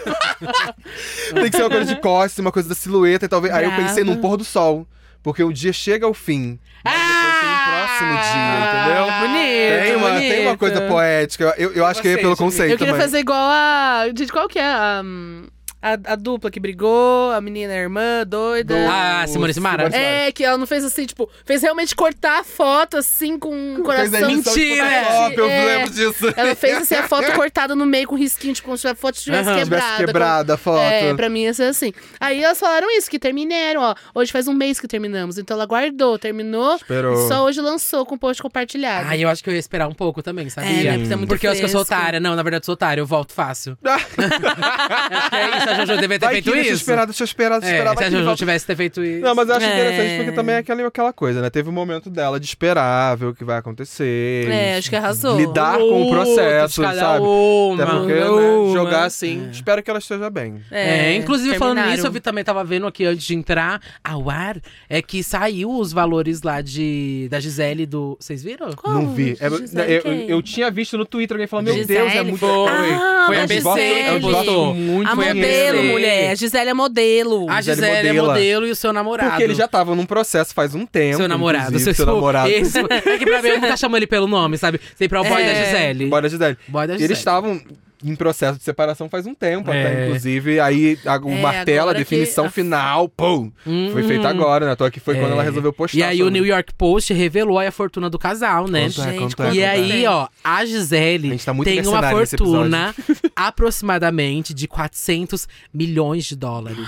tem que ser uma coisa de costas, uma coisa da silhueta, e talvez... Aí eu pensei num pôr do sol, porque o dia chega ao fim. Mas depois tem um próximo dia, entendeu? Bonito, tem uma coisa poética. Eu acho que é pelo conceito. Eu queria fazer igual a... Gente, qual que é a dupla que brigou, a menina, a irmã, doida. Simone e Simara. É, que ela não fez assim, tipo, fez realmente cortar a foto, assim, com um coração. Mentira! Eu lembro disso. Ela fez assim, a foto cortada no meio com risquinho, tipo, como se a foto tivesse quebrada. A foto. Pra mim ia ser assim. Aí elas falaram isso, que terminaram, ó. Hoje faz um mês que terminamos, então ela guardou, terminou. Esperou. E só hoje lançou com post compartilhado. Eu acho que eu ia esperar um pouco também, sabia? Né, muito porque eu acho que eu sou fresco. otária. Não, na verdade eu sou otária, eu volto fácil. Acho que é isso, a Jojo devia ter feito isso. Deixa eu esperar. Se a Jojo tivesse ter feito isso. Não, mas eu acho interessante porque também é aquela coisa, né? Teve um momento dela de esperar, ver o que vai acontecer. Acho que arrasou. Lidar com o processo, sabe? Até porque, né, jogar assim, espero que ela esteja bem. Inclusive falando nisso, eu também tava vendo aqui antes de entrar ao ar, é que saiu os valores lá da Gisele do... Vocês viram? Não vi. Eu tinha visto no Twitter, alguém falando, meu Gisele? Deus, é muito... Foi a BC, postou muito a modelo, mulher. A Gisele é modelo. A Gisele é modelo e o seu namorado. Porque ele já tava num processo faz um tempo. Seu namorado. Seu namorado. Isso. É que pra mim eu nunca chamo ele pelo nome, sabe? Sempre é o boy da Gisele. Boy da Gisele. Eles estavam em processo de separação faz um tempo até, inclusive. Aí o martelo, a definição final, pum, foi feita agora, né? Foi quando ela resolveu postar. E aí o New York Post revelou aí a fortuna do casal, né? E aí, ó, a Gisele tem uma fortuna aproximadamente de 400 milhões de dólares.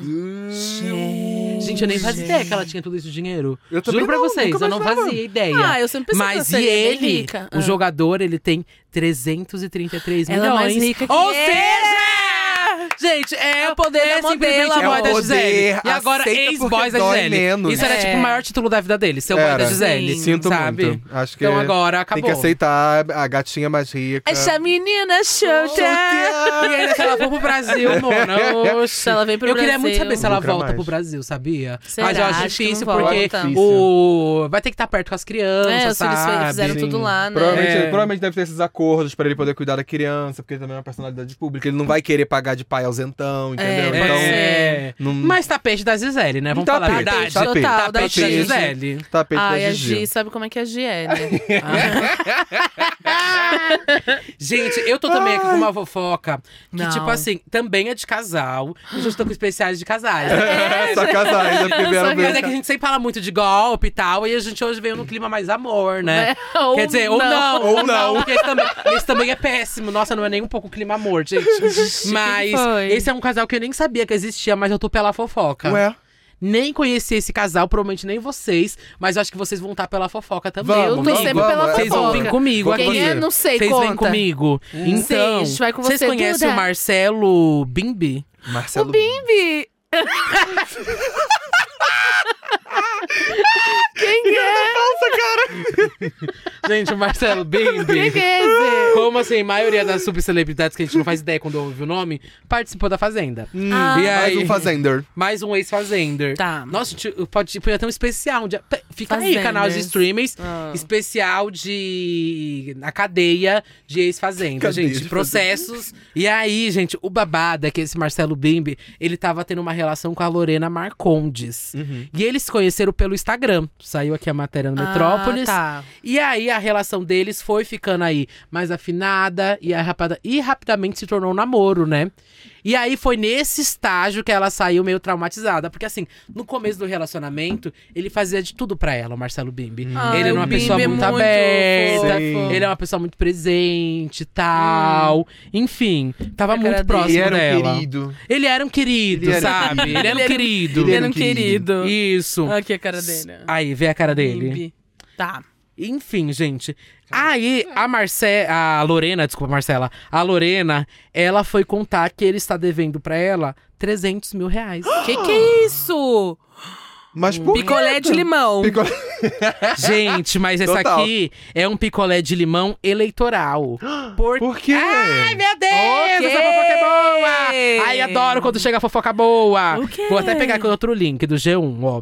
Gente, eu nem fazia ideia que ela tinha todo esse dinheiro. Juro pra vocês, eu não fazia ideia. Eu sempre pensei Mas que ela e seria bem ele, rica. o jogador, ele tem 333 Ela é milhões. mais rica que Ou ele. seja, gente, é o poder da simplesmente modelo, a boy da poder, Gisele. E agora aceita ex-boy porque da dói Gisele. menos. Isso era tipo o maior título da vida dele, ser o boy da Gisele. Sinto sabe? muito. Acho que então agora acabou. tem que aceitar a gatinha mais rica. Essa menina solta. E ainda se ela for pro Brasil, mano, Se ela vem pro eu Brasil. queria muito saber se ela Nunca volta mais. pro Brasil, sabia? Será? Mas eu acho Acho que difícil não porque volta. vai ter que estar perto com as crianças, Os filhos sabe? fizeram tudo lá, né? Provavelmente deve ter esses acordos pra ele poder cuidar da criança, porque ele também é uma personalidade pública. Ele não vai querer pagar de pai ausentão, entendeu? pode ser. Mas tapete da Gisele, né? Vamos falar a verdade. Tapete Tapete da Gigi. Gisele. Tapete Ai, da a Gigi. Gi, sabe como é que é a Gi é, né? Gente, eu tô também aqui com uma fofoca que, Não. tipo assim, também é de casal. Eu já estou com especiais de casais. Só casar ainda, porque vieram Mas é ver. que a gente sempre fala muito de golpe e tal, e a gente hoje veio num clima mais amor, né? Ou Quer dizer, ou não. não, ou não. Porque esse também é péssimo. Nossa, não é nem um pouco clima amor, gente. Mas foi? esse é um casal que eu nem sabia que existia, mas eu tô pela fofoca. Ué? Nem conheci esse casal, provavelmente nem vocês. Mas eu acho que vocês vão estar pela fofoca também. Vamos, Eu tô vamos, sempre vamos, pela Vocês vão vir fofoca. comigo aqui. Quem é? Não sei, Vocês conta. vêm comigo. Então, Sim, a gente vai com vocês você, conhecem Duda. o Marcelo Bimbi? Marcelo. Bimbi! Quem é? Gente, o Marcelo Bimbi. Quem é esse? Como assim, a maioria das subcelebridades que a gente não faz ideia quando ouve o nome, participou da Fazenda. Ah. E aí, Mais um Fazender. mais um ex-Fazender. Tá. Nossa, gente, podia ter um especial. Fica aí, Fazenders. canal de streamers. Ah. Especial de... Na cadeia de ex-Fazenda, Cadeia gente. de Processos. E aí, gente, o babado é que esse Marcelo Bimbi, ele tava tendo uma relação com a Lorena Marcondes. E eles se conheceram pelo Instagram. Saiu aqui a matéria no Metrópolis. Tá. E aí, a relação deles foi ficando aí mais afinada e rapidamente se tornou um namoro, né? E aí, foi nesse estágio que ela saiu meio traumatizada. Porque assim, no começo do relacionamento, ele fazia de tudo pra ela, o Marcelo Bimbi. Ai, Ele era uma o Bimbi pessoa é muito muito aberta, fofo. ele é uma pessoa muito presente e tal. Enfim, tava A cara muito dele. próximo E era um dela. querido. Ele era um querido, Ele era sabe? Ele era um querido. Ele era um querido. Isso. Aqui a cara dele. Aí, vê a cara dele. Bimbi. Tá. Enfim, gente. Aí, a Lorena, desculpa, Marcela. A Lorena, ela foi contar que ele está devendo pra ela 300 mil reais. Que é isso? Mas por quê? Picolé de limão. Picolé. Gente, mas essa Total. aqui é um picolé de limão eleitoral. Por quê? Ai, meu Deus, O quê? essa fofoca é boa! Ai, adoro quando chega a fofoca boa. O quê? Vou até pegar aqui outro link do G1, ó.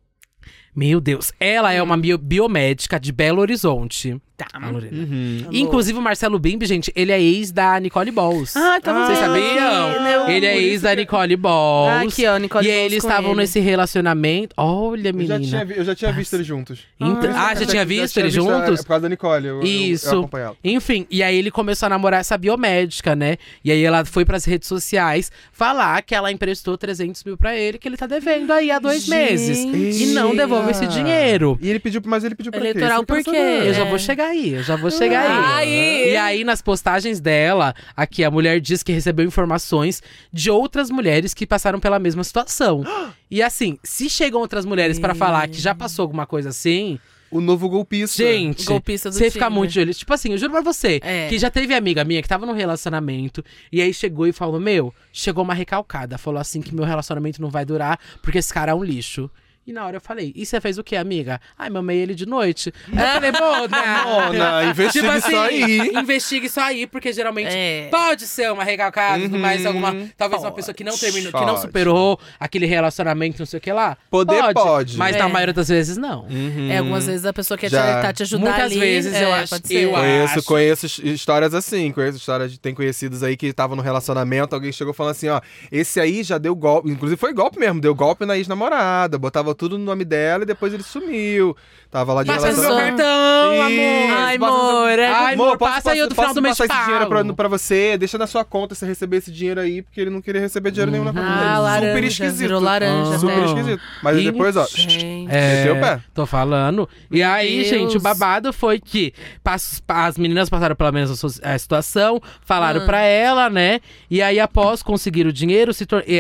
Meu Deus, ela é uma biomédica de Belo Horizonte. Tá. A Lorena. Uhum. Inclusive, o Marcelo Bimbi, gente, ele é ex da Nicole Balls. Ah, tá. Vocês sabiam? Ele é ex da Nicole Balls. Aqui, ó, Nicole E Balls eles com estavam ele. nesse relacionamento. Olha, Eu menina. já tinha visto eles juntos. Já tinha visto eles juntos? É por causa da Nicole. Eu Isso. acompanho ela. Enfim, e aí ele começou a namorar essa biomédica, né? E aí ela foi pras redes sociais falar que ela emprestou 300 mil pra ele, que ele tá devendo aí há 2 meses. E não devolve esse dinheiro. E ele pediu, mas ele pediu pra quê? Eleitoral Isso eu quero por quê? saber. Eu já vou chegar aí, aí. Aí. E aí, nas postagens dela, aqui a mulher diz que recebeu informações de outras mulheres que passaram pela mesma situação. E assim, se chegam outras mulheres pra falar que já passou alguma coisa assim, O novo golpista. gente, Golpista do você fica Tinder. muito de olho. Tipo assim, eu juro pra você, É. que já teve amiga minha que tava num relacionamento, e aí chegou e falou, chegou uma recalcada. Falou assim que meu relacionamento não vai durar, porque esse cara é um lixo. E na hora eu falei, e você fez o quê, amiga? Ai, mamei ele de noite. Aí eu falei, Mona, investiga isso aí. Investiga isso aí, porque geralmente É. pode ser uma recalcada, tudo mais, talvez uma pessoa que não terminou, que não Pode. superou aquele relacionamento, não sei o que lá. Poder pode. Mas É. na maioria das vezes, não. É, algumas vezes a pessoa quer Já. tentar te ajudar Muitas ali. vezes eu acho- pode ser. eu acho. Conheço histórias assim, tem conhecidos aí que estavam no relacionamento, alguém chegou falando assim, ó, esse aí já deu golpe, inclusive foi golpe mesmo, deu golpe na ex-namorada, botava tudo no nome dela e depois ele sumiu. Tava lá de Passa no relação. meu cartão, Isso. amor. Ai, Passa no seu- amor. Ai, amor, passa aí no final do mês passar de esse dinheiro falo. pra você, deixa na sua conta você receber esse dinheiro aí, porque ele não queria receber dinheiro nenhum na conta dele. Ah, laranja. Super esquisito. Virou laranja Super até. esquisito. Mas aí E- depois, ó, Gente. meteu o pé. Tô falando. E aí, Deus. gente, o babado foi que as meninas passaram pela mesma situação, falaram pra ela, né? E aí, após conseguir o dinheiro,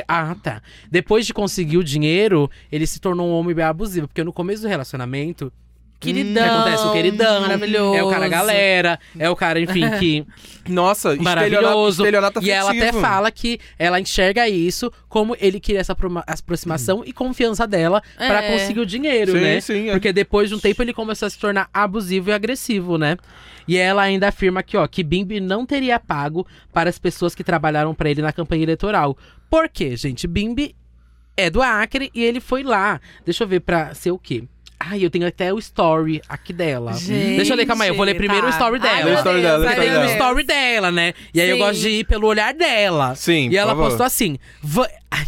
depois de conseguir o dinheiro, ele se tornou um homem bem abusivo. Porque no começo do relacionamento, Queridão. que acontece o queridão, Maravilhoso. é o cara galera, é o cara, enfim, que Nossa, maravilhoso. estelionato E ela até afetivo. fala que ela enxerga isso como ele queria essa aproximação e confiança dela pra É. conseguir o dinheiro, Sim, né? sim, é. Porque depois de um tempo ele começou a se tornar abusivo e agressivo, né? E ela ainda afirma que, ó, que Bimbi não teria pago para as pessoas que trabalharam pra ele na campanha eleitoral. Por quê, gente? Bimbi é do Acre e ele foi lá. Deixa eu ver pra ser o quê? Ai, eu tenho até o story aqui dela. Gente, Deixa eu ler, calma aí. Eu vou ler primeiro o story Ai, dela. meu Lê o story Deus, dela, lê o ai, story Tem o dela. story dela, né? E aí eu Sim. gosto de ir pelo olhar dela. Sim, E ela por favor. postou assim. Ai.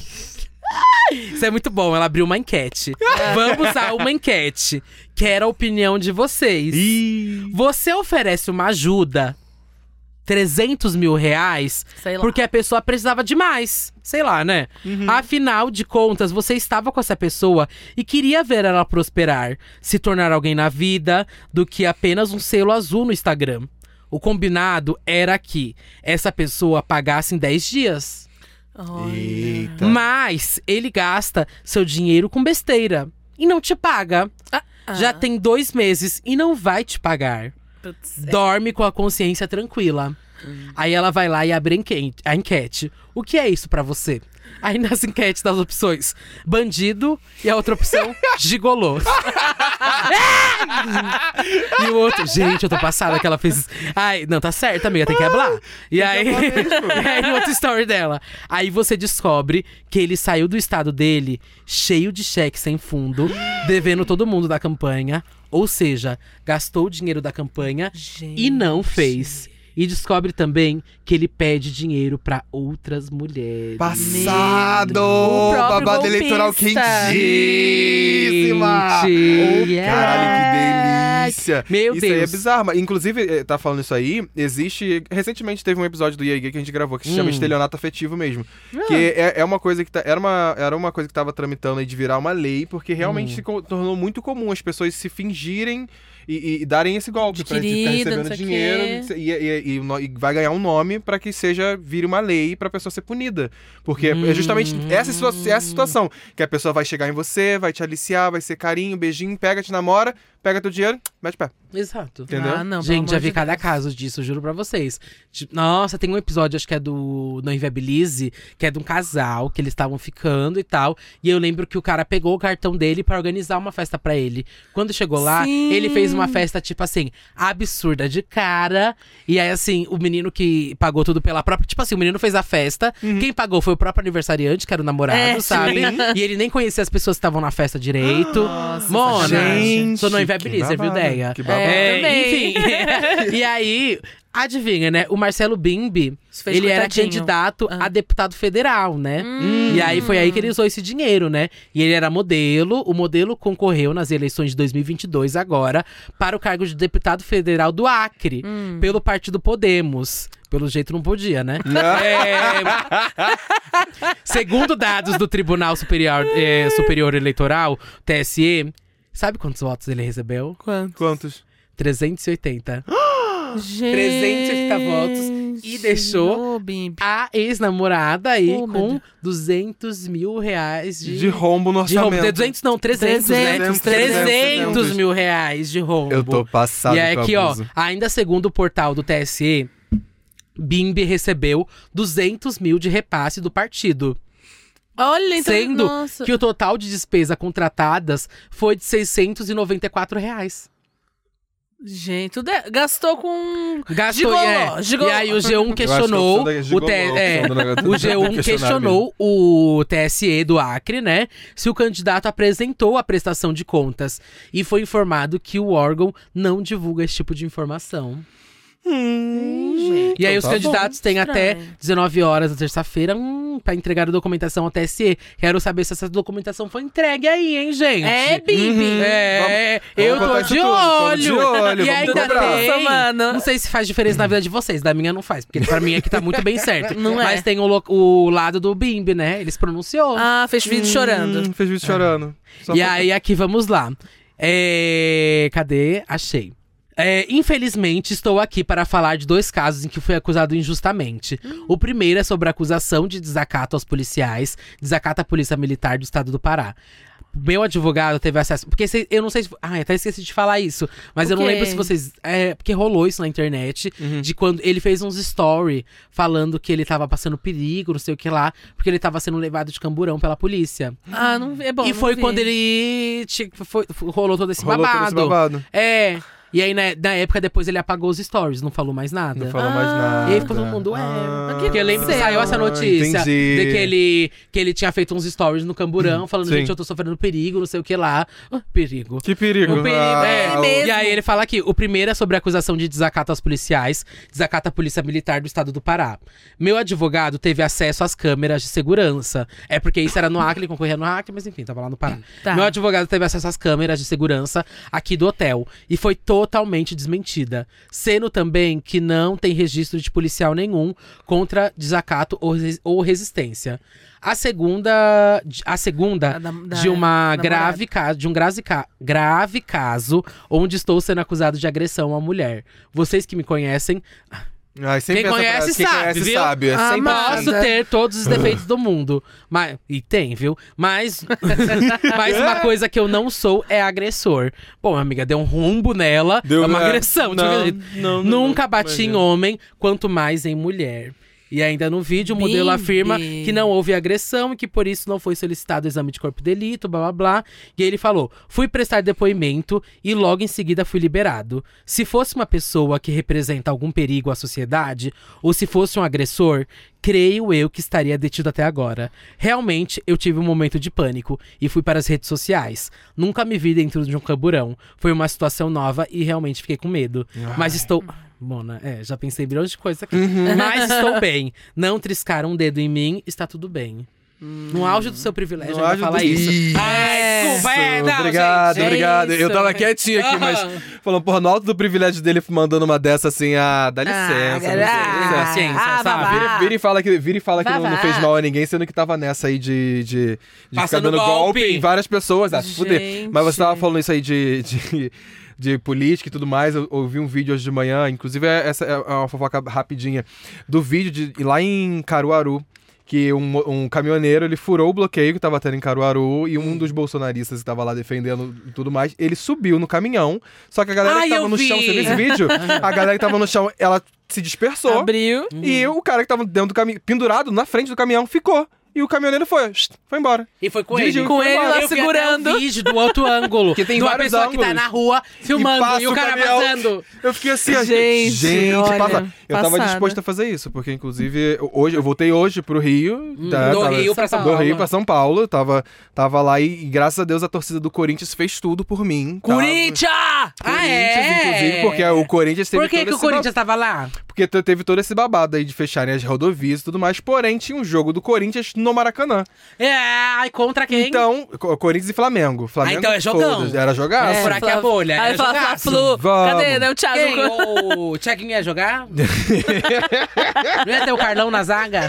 Isso é muito bom. Ela abriu uma enquete. Vamos a uma enquete. Quero a opinião de vocês. Ih. Você oferece uma ajuda, 300 mil reais, Sei lá. porque a pessoa precisava de mais. Sei lá, né? Afinal de contas, você estava com essa pessoa e queria ver ela prosperar, se tornar alguém na vida, do que apenas um selo azul no Instagram. O combinado era que essa pessoa pagasse em 10 dias. Eita. Mas ele gasta seu dinheiro com besteira e não te paga. Já tem 2 meses e não vai te pagar. Putz, Dorme com a consciência tranquila. Aí ela vai lá e abre a enquete. O que é isso pra você? Aí nas enquetes das opções, bandido, e a outra opção, gigolô. E o outro, gente, eu tô passada que ela fez. Ai, não, tá certo, amiga, tem que hablar. E aí, no outro story dela. Aí você descobre que ele saiu do estado dele, cheio de cheque sem fundo, devendo todo mundo da campanha. Ou seja, gastou o dinheiro da campanha e não fez. E descobre também que ele pede dinheiro pra outras mulheres. Passado! O próprio Babado golpista. eleitoral quentíssima! Caralho, que delícia! Meu isso Deus. aí é bizarro. Mas, inclusive, tá falando isso aí, existe... Recentemente teve um episódio do EA Gay que a gente gravou, que se chama Estelionato Afetivo mesmo. Que é uma coisa que era uma coisa que tava tramitando aí de virar uma lei, porque realmente se tornou muito comum as pessoas se fingirem e darem esse golpe pra querida, ficar não recebendo sei o dinheiro e vai ganhar um nome pra que vire uma lei pra pessoa ser punida. Porque é justamente essa situação, que a pessoa vai chegar em você, vai te aliciar, vai ser carinho, beijinho, te namora, pega teu dinheiro, mete pé. Exato. Entendeu? Ah, não, Gente, pelo já amor vi de cada Deus. caso disso, juro pra vocês. Nossa, tem um episódio, acho que é do No Inviabilize, que é de um casal, que eles estavam ficando e tal. E eu lembro que o cara pegou o cartão dele pra organizar uma festa pra ele. Quando chegou lá, Sim. ele fez uma festa, tipo assim, absurda de cara. E aí, assim, o menino que pagou tudo pela própria... Tipo assim, o menino fez a festa. Quem pagou foi o próprio aniversariante, que era o namorado, sabe? E ele nem conhecia as pessoas que estavam na festa direito. Mona, Gente, sou No Inviabilize, que viu, babado, ideia? que babado. Enfim. E aí, adivinha, né? O Marcelo Bimbi, Se fez ele era coitadinho. candidato a deputado federal, né? E aí foi aí que ele usou esse dinheiro, né? E ele era modelo. O modelo concorreu nas eleições de 2022 agora para o cargo de deputado federal do Acre, pelo partido Podemos. Pelo jeito não podia, né? Segundo dados do Tribunal Superior Eleitoral, TSE, sabe quantos votos ele recebeu? Quantos? 380. Gente. 380 votos e deixou Ô, Bimbi. a ex-namorada aí Oh, meu com Deus. 200 mil reais De rombo no de rombo. orçamento. 200 não, 300, né? 300, 300 mil reais de rombo. Eu tô passado E aí com aqui, ó, abuso. ainda segundo o portal do TSE, Bimbi recebeu 200 mil de repasse do partido. Olha, então, Sendo nossa. que o total de despesas contratadas foi de 694 reais. Gente, tudo gastou com... Gastou, Gigolô. E aí o G1 questionou, Eu acho que a opção da gigolô, o G1 questionou o TSE do Acre, né, se o candidato apresentou a prestação de contas. E foi informado que o órgão não divulga esse tipo de informação. Gente. E aí os tá candidatos têm até estranho. 19 horas da terça-feira pra entregar a documentação ao TSE. Quero saber se essa documentação foi entregue aí, hein, gente? É, Bimbi. Eu Vamos tô botar isso de tudo, tô de olho. olho, E vamos ainda cobrar. tem... Mano. Não sei se faz diferença na vida de vocês, da minha não faz, porque pra mim aqui tá muito bem certo. Não é. Mas tem o lado do Bimbi, né? Eles pronunciou. Ah, fez vídeo chorando. Fez vídeo chorando. Só E pra- aí, aqui, vamos lá. Cadê? Achei. Infelizmente, estou aqui para falar de 2 casos em que fui acusado injustamente. O primeiro é sobre a acusação de desacato aos policiais, desacato à Polícia Militar do Estado do Pará. Meu advogado teve acesso... Porque eu não sei se... até esqueci de falar isso. Mas O eu não quê? lembro se vocês... porque rolou isso na internet. De quando ele fez uns story falando que ele tava passando perigo, não sei o que lá. Porque ele tava sendo levado de camburão pela polícia. Ah, não é bom. E não foi vi. quando ele rolou todo esse Rolou todo babado. esse babado. E aí, na época, depois ele apagou os stories, não falou mais nada. Não falou mais nada. E aí ficou todo mundo, Mas que Porque eu lembro que aconteceu? saiu essa notícia entendi. de que ele tinha feito uns stories no camburão, falando, Sim. gente, eu tô sofrendo perigo, não sei o que lá. Perigo. Que perigo. O perigo, ele mesmo. E aí ele fala aqui, o primeiro é sobre a acusação de desacato aos policiais, desacato à Polícia Militar do Estado do Pará. Meu advogado teve acesso às câmeras de segurança. É porque isso era no Acre, ele concorria no Acre, mas enfim, tava lá no Pará. Tá. Meu advogado teve acesso às câmeras de segurança aqui do hotel e foi totalmente desmentida. Sendo também que não tem registro de policial nenhum contra desacato ou resistência. A segunda de uma grave caso onde estou sendo acusado de agressão a uma mulher. Vocês que me conhecem... Ai, sempre Quem essa conhece frase. Quem sabe, conhece viu? sabe. É sempre Amada. assim. Posso ter todos os defeitos do mundo. E tem, viu? Mas uma coisa que eu não sou é agressor. Bom, amiga, deu um rumbo nela. É uma agressão. Não, Nunca bati imagina. em homem, quanto mais em mulher. E ainda no vídeo, o modelo afirma que não houve agressão e que por isso não foi solicitado o exame de corpo de delito, blá blá blá. E aí ele falou: fui prestar depoimento e logo em seguida fui liberado. Se fosse uma pessoa que representa algum perigo à sociedade, ou se fosse um agressor, creio eu que estaria detido até agora. Realmente, eu tive um momento de pânico e fui para as redes sociais. Nunca me vi dentro de um camburão. Foi uma situação nova e realmente fiquei com medo. Mas estou... Mona, já pensei em milhões de coisas aqui. Mas estou bem. Não triscaram um dedo em mim, está tudo bem. No auge do seu privilégio, No ainda auge fala do- isso. Isso. Ai, desculpa, não, Obrigado, gente. obrigado. Eu isso. tava quietinho aqui, mas falando, porra, no alto do privilégio dele mandando uma dessa assim, dá licença. licença, sabe? Vira e fala que não Vavá. fez mal a ninguém, sendo que tava nessa aí de ficar Passando dando golpe golpe em várias pessoas. Se fuder. Gente. Mas você tava falando isso aí de política e tudo mais. Eu ouvi um vídeo hoje de manhã, inclusive essa é uma fofoca rapidinha, do vídeo lá em Caruaru, que um caminhoneiro, ele furou o bloqueio que tava tendo em Caruaru e um dos bolsonaristas que tava lá defendendo e tudo mais, ele subiu no caminhão, só que a galera que Ai, tava eu no vi. chão, você viu esse vídeo? A galera que tava no chão, ela se dispersou Abriu. e o cara que tava dentro do caminhão, pendurado na frente do caminhão, ficou. E o caminhoneiro foi embora. E foi com Dirigiu ele. com ele lá Eu vi segurando. até um vídeo do outro ângulo. Que tem de uma vários pessoa que tá ângulos. na rua filmando passa e o cara caminhão. vazando. Eu fiquei assim, ó, Gente, olha, passa. Eu tava passada. disposto a fazer isso, porque inclusive hoje eu voltei hoje pro Rio, do Rio pra São do Paulo. Rio pra São Paulo, tava lá e graças a Deus a torcida do Corinthians fez tudo por mim. Corinthians! Inclusive, porque o Corinthians teve Por que, todo que o esse Corinthians tava lá? porque teve todo esse babado aí de fecharem as rodovias e tudo mais, porém tinha um jogo do Corinthians no Maracanã. Ai, contra quem? Então, Corinthians e Flamengo. Flamengo então é jogão. foda-se, era jogar. É. furar aqui a bolha, Aí era fala, jogaço. Fla-Flu. Vamos. Cadê, né, o Thiago? Quem? O Thiaguinho ia jogar? Não ia ter o Carlão na zaga?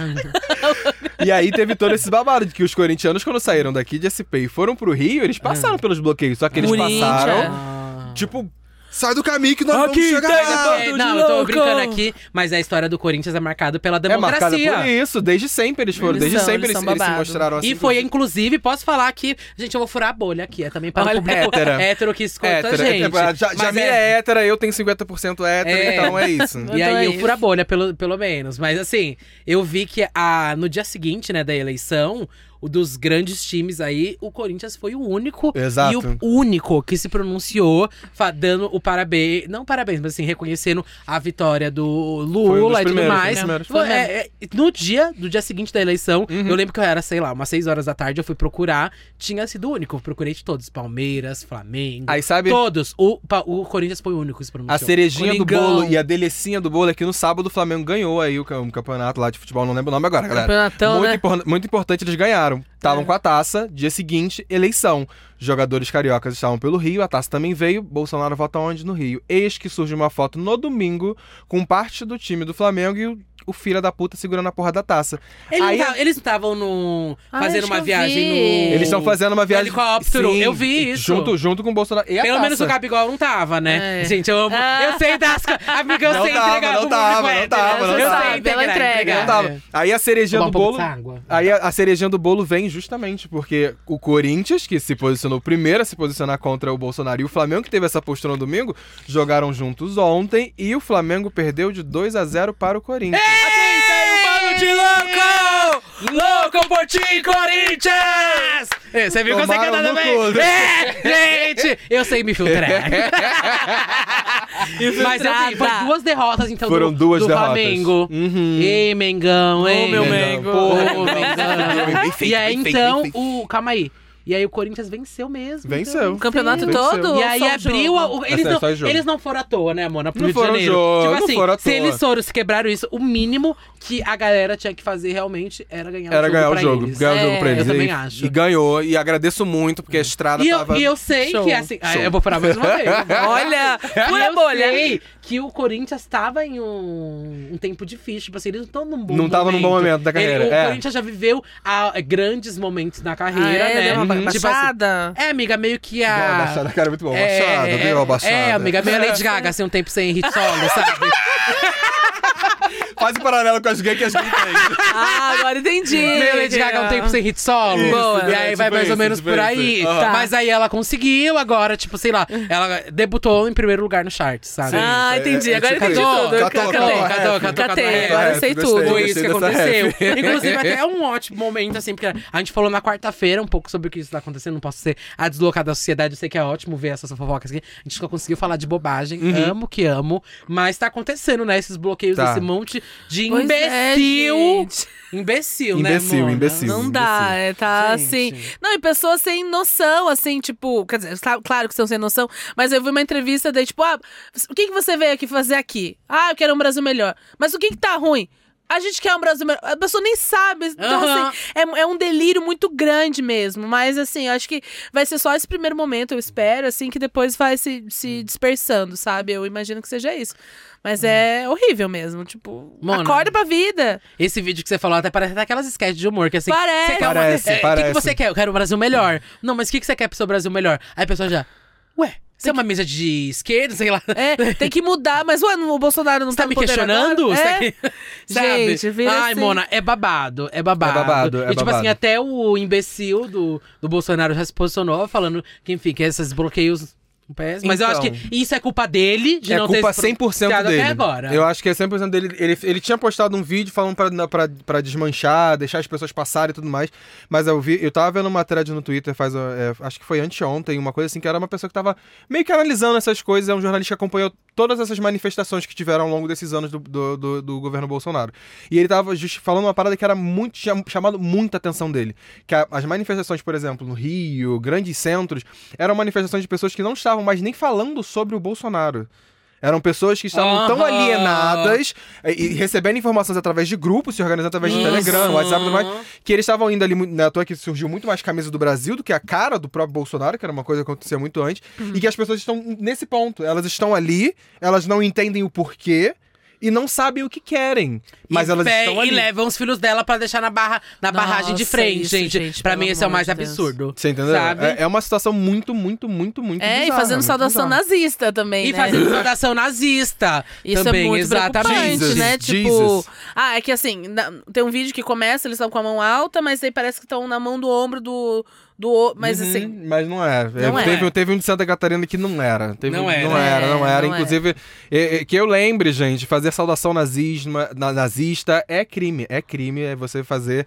E aí teve todo esse babado de que os corintianos, quando saíram daqui de SP e foram pro Rio, eles passaram pelos bloqueios. Só que eles Corinthians. passaram, tipo, sai do caminho que nós vamos Aqui chegar tem lá. todo Não, de eu tô louco. brincando aqui, mas a história do Corinthians é marcada pela É marcada democracia. por isso, desde sempre eles foram, Eles desde são, sempre eles eles, são eles se babado. mostraram assim. E foi, inclusive, posso falar que... Gente, eu vou furar a bolha aqui. É também para Olha, o público hétera. hétero que escuta a hétera. gente. Já Mas minha é hétera, eu tenho 50% hétero, É. então é isso. E Então aí é eu isso. furo a bolha, pelo menos. Mas assim, eu vi que no dia seguinte, né, da eleição, o dos grandes times aí, o Corinthians foi o único. Exato. E o único que se pronunciou, dando o parabéns. Não parabéns, mas assim, reconhecendo a vitória do Foi um dos Lula e tudo primeiros, mais. foi um dos No dia seguinte da eleição, eu lembro que eu era, sei lá, umas 6 horas da tarde, eu fui procurar. Tinha sido o único. Eu procurei de todos: Palmeiras, Flamengo. Aí sabe, Todos. O Corinthians foi o único que se pronunciou. a cerejinha do Coringão. bolo e a delicinha do bolo é que no sábado o Flamengo ganhou aí o campeonato lá de futebol, não lembro o nome agora, galera. Campeonatão, Muito, né? muito importante, eles ganharam. Estavam com a taça, dia seguinte, eleição. Jogadores cariocas estavam pelo Rio, a taça também veio. Bolsonaro vota onde? No Rio. Eis que surge uma foto no domingo com parte do time do Flamengo e o filho da puta segurando a porra da taça. Eles estavam fazendo acho uma que eu viagem vi. no... Eles estão fazendo uma viagem. helicóptero, eu vi isso. Junto com o Bolsonaro. E a Pelo taça. menos o Gabigol não tava, né? É. Gente, eu sei das... Amiga, eu Não sei tava, entregar não pro tava, público não hétero. tava, não Eu tava. sei Pela entrega. Não tava. Aí a cerejinha Tomar do um pouco bolo. de água. Aí a cerejinha do bolo vem justamente porque o Corinthians, que se posicionou primeiro a se posicionar contra o Bolsonaro, e o Flamengo, que teve essa postura no domingo, jogaram juntos ontem e o Flamengo perdeu de 2-0 para o Corinthians. De louco! Louco por ti, Corinthians! Você viu que eu sei Tomaram cantar no também? cu. Gente! Eu sei me filtrar. Mas eu vi, foi 2 derrotas, então, Foram do 2 derrotas. Flamengo. Uhum. Ei, Mengão, hein? meu Mengo. Ô, Bem Mengão. feito, E aí, bem feito, então, bem feito. calma aí. E aí o Corinthians venceu mesmo. Venceu. Então, O campeonato Venceu. todo? E aí ou só o abriu... jogo? Eles não foram à toa, né, Mona? Pro Não Rio de foram Janeiro. jogo, Tipo não assim, foram à se toa. eles foram, se quebraram isso, o mínimo que a galera tinha que fazer realmente era ganhar Era ganhar o pra jogo. eles. Ganhar o jogo pra eles. Eu também E- acho. E ganhou. E agradeço muito, porque a estrada tava. E eu sei Show. que assim... Show. eu vou falar mais uma vez. Olha, E pura eu bolha. sei que o Corinthians tava em um tempo difícil. Tipo assim, eles não estão num bom Não momento. tava num bom momento da carreira, O é. Corinthians já viveu grandes momentos na carreira, Ah, é? né? Deu uma Tipo assim, baixada? amiga, meio que Boa, a... abaixada, cara, muito bom. Abaixada, viu? Abaixada. amiga, meio Lady Gaga, assim, um tempo sem hit solo, sabe? Faz um paralelo com as gays que as gays têm. Ah, agora entendi. Meio Lady Gaga um tempo sem hit solo. Boa. E aí vai Tipo mais ou isso, menos tipo por isso. aí. Aham. Mas aí ela conseguiu agora, tipo, sei lá, ela debutou em primeiro lugar no chart, sabe? Ah, entendi. Agora tipo entendi isso. tudo. Catou. Catei, agora eu sei Gostei. tudo. Foi isso que dessa aconteceu. rap. Inclusive, até é um ótimo momento, assim, porque a gente falou na quarta-feira um pouco sobre o que isso tá acontecendo. Não posso ser a deslocada da sociedade. Eu sei que é ótimo ver essas fofocas aqui. A gente só conseguiu falar de bobagem. Amo que amo. Mas tá acontecendo, né? Esses bloqueios Tá. desse monte de Pois é, imbecil. gente. Imbecil, né, Imbecil, Mona? imbecil. Não dá, tá Gente. assim. Não, e pessoas sem noção, assim, tipo, quer dizer, claro que estão sem noção, mas eu vi uma entrevista daí, tipo, o que você veio aqui fazer aqui? Ah, eu quero um Brasil melhor. Mas o que tá ruim? A gente quer um Brasil melhor. A pessoa nem sabe. Então, assim, é um delírio muito grande mesmo. Mas, assim, eu acho que vai ser só esse primeiro momento, eu espero, assim, que depois vai se dispersando, sabe? Eu imagino que seja isso. Mas é horrível mesmo. Tipo, Mona, acorda pra vida. Esse vídeo que você falou até parece até aquelas sketches de humor, que assim... Parece. Você quer Parece. O que você quer? Eu quero um Brasil melhor. Não, mas o que você quer pro seu Brasil melhor? Aí a pessoa já... Ué, você é uma mesa de esquerda, sei lá... É, tem que mudar, mas ué, o Bolsonaro não Você tá no me poder questionando? agora? Você É. tá aqui- Sabe? Gente, vira Ai, assim. Mona, é babado. É babado. É E tipo babado. assim, até o imbecil do Bolsonaro já se posicionou falando que, enfim, que esses bloqueios... Mas eu acho Então. que isso é culpa dele de É não culpa ter 100% dele. até agora. Eu acho que é 100% dele. Ele tinha postado um vídeo falando pra desmanchar, deixar as pessoas passarem e tudo mais. Mas eu tava vendo uma thread no Twitter acho que foi anteontem, uma coisa assim, que era uma pessoa que tava meio que analisando essas coisas. É um jornalista que acompanhou todas essas manifestações que tiveram ao longo desses anos do governo Bolsonaro. E ele tava falando uma parada que era muito chamado muita atenção dele. Que as manifestações, por exemplo, no Rio, grandes centros, eram manifestações de pessoas que não estavam mais nem falando sobre o Bolsonaro. Eram pessoas que estavam tão alienadas e recebendo informações através de grupos, se organizando através de Telegram, WhatsApp e tudo mais, que eles estavam indo ali, na toa que surgiu muito mais camisa do Brasil do que a cara do próprio Bolsonaro, que era uma coisa que acontecia muito antes, e que as pessoas estão nesse ponto. Elas estão ali, elas não entendem o porquê, e não sabem o que querem. Mas elas estão ali. E levam os filhos dela pra deixar na barragem de frente, isso, gente. Pra pelo mim, esse é o amor mais de Deus. absurdo. Você entendeu? Sabe? É uma situação muito, muito, muito, muito É, bizarra, e fazendo muito saudação bizarra. nazista também, E né? fazendo saudação nazista. Isso também, é muito exatamente. preocupante, né? Jesus. Tipo, é que assim, tem um vídeo que começa, eles estão com a mão alta, mas aí parece que estão na mão do ombro do mas assim, Mas não é. Não é. Teve um de Santa Catarina que não era. Não era. Não era. Não Inclusive, que eu lembre, gente, fazer saudação nazista é crime. É crime, é você fazer.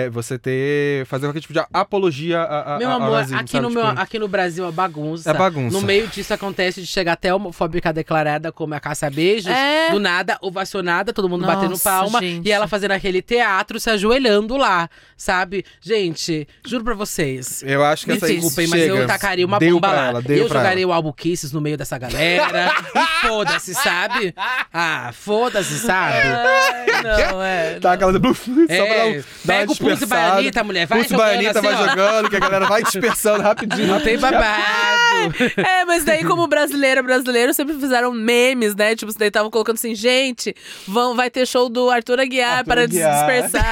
Fazer qualquer tipo de apologia Meu ao amor, nazismo, aqui, sabe? aqui no Brasil é bagunça. É bagunça. No meio disso acontece de chegar até homofóbica declarada como a caça-beijos. É. Do nada, ovacionada, todo mundo Nossa, batendo palma. gente. E ela fazendo aquele teatro, se ajoelhando lá, sabe? Gente, juro pra vocês. Eu acho que Me essa desculpem, mas chega. eu tacaria uma Deu bomba pra lá. ela, deu Eu pra jogaria ela. o álbum Kisses no meio dessa galera. E foda-se, sabe? Ah, foda-se, sabe? não, Tá aquela só pra dar uma Pega o Pulse dispersada. Baianita, mulher. Vai Pulse jogando Baianita, assim, vai ó. jogando, que a galera vai dispersando rapidinho. Não tem babado. É, mas daí como brasileiro sempre fizeram memes, né? Tipo, daí estavam colocando assim, gente, vai ter show do Arthur Aguiar para dispersar.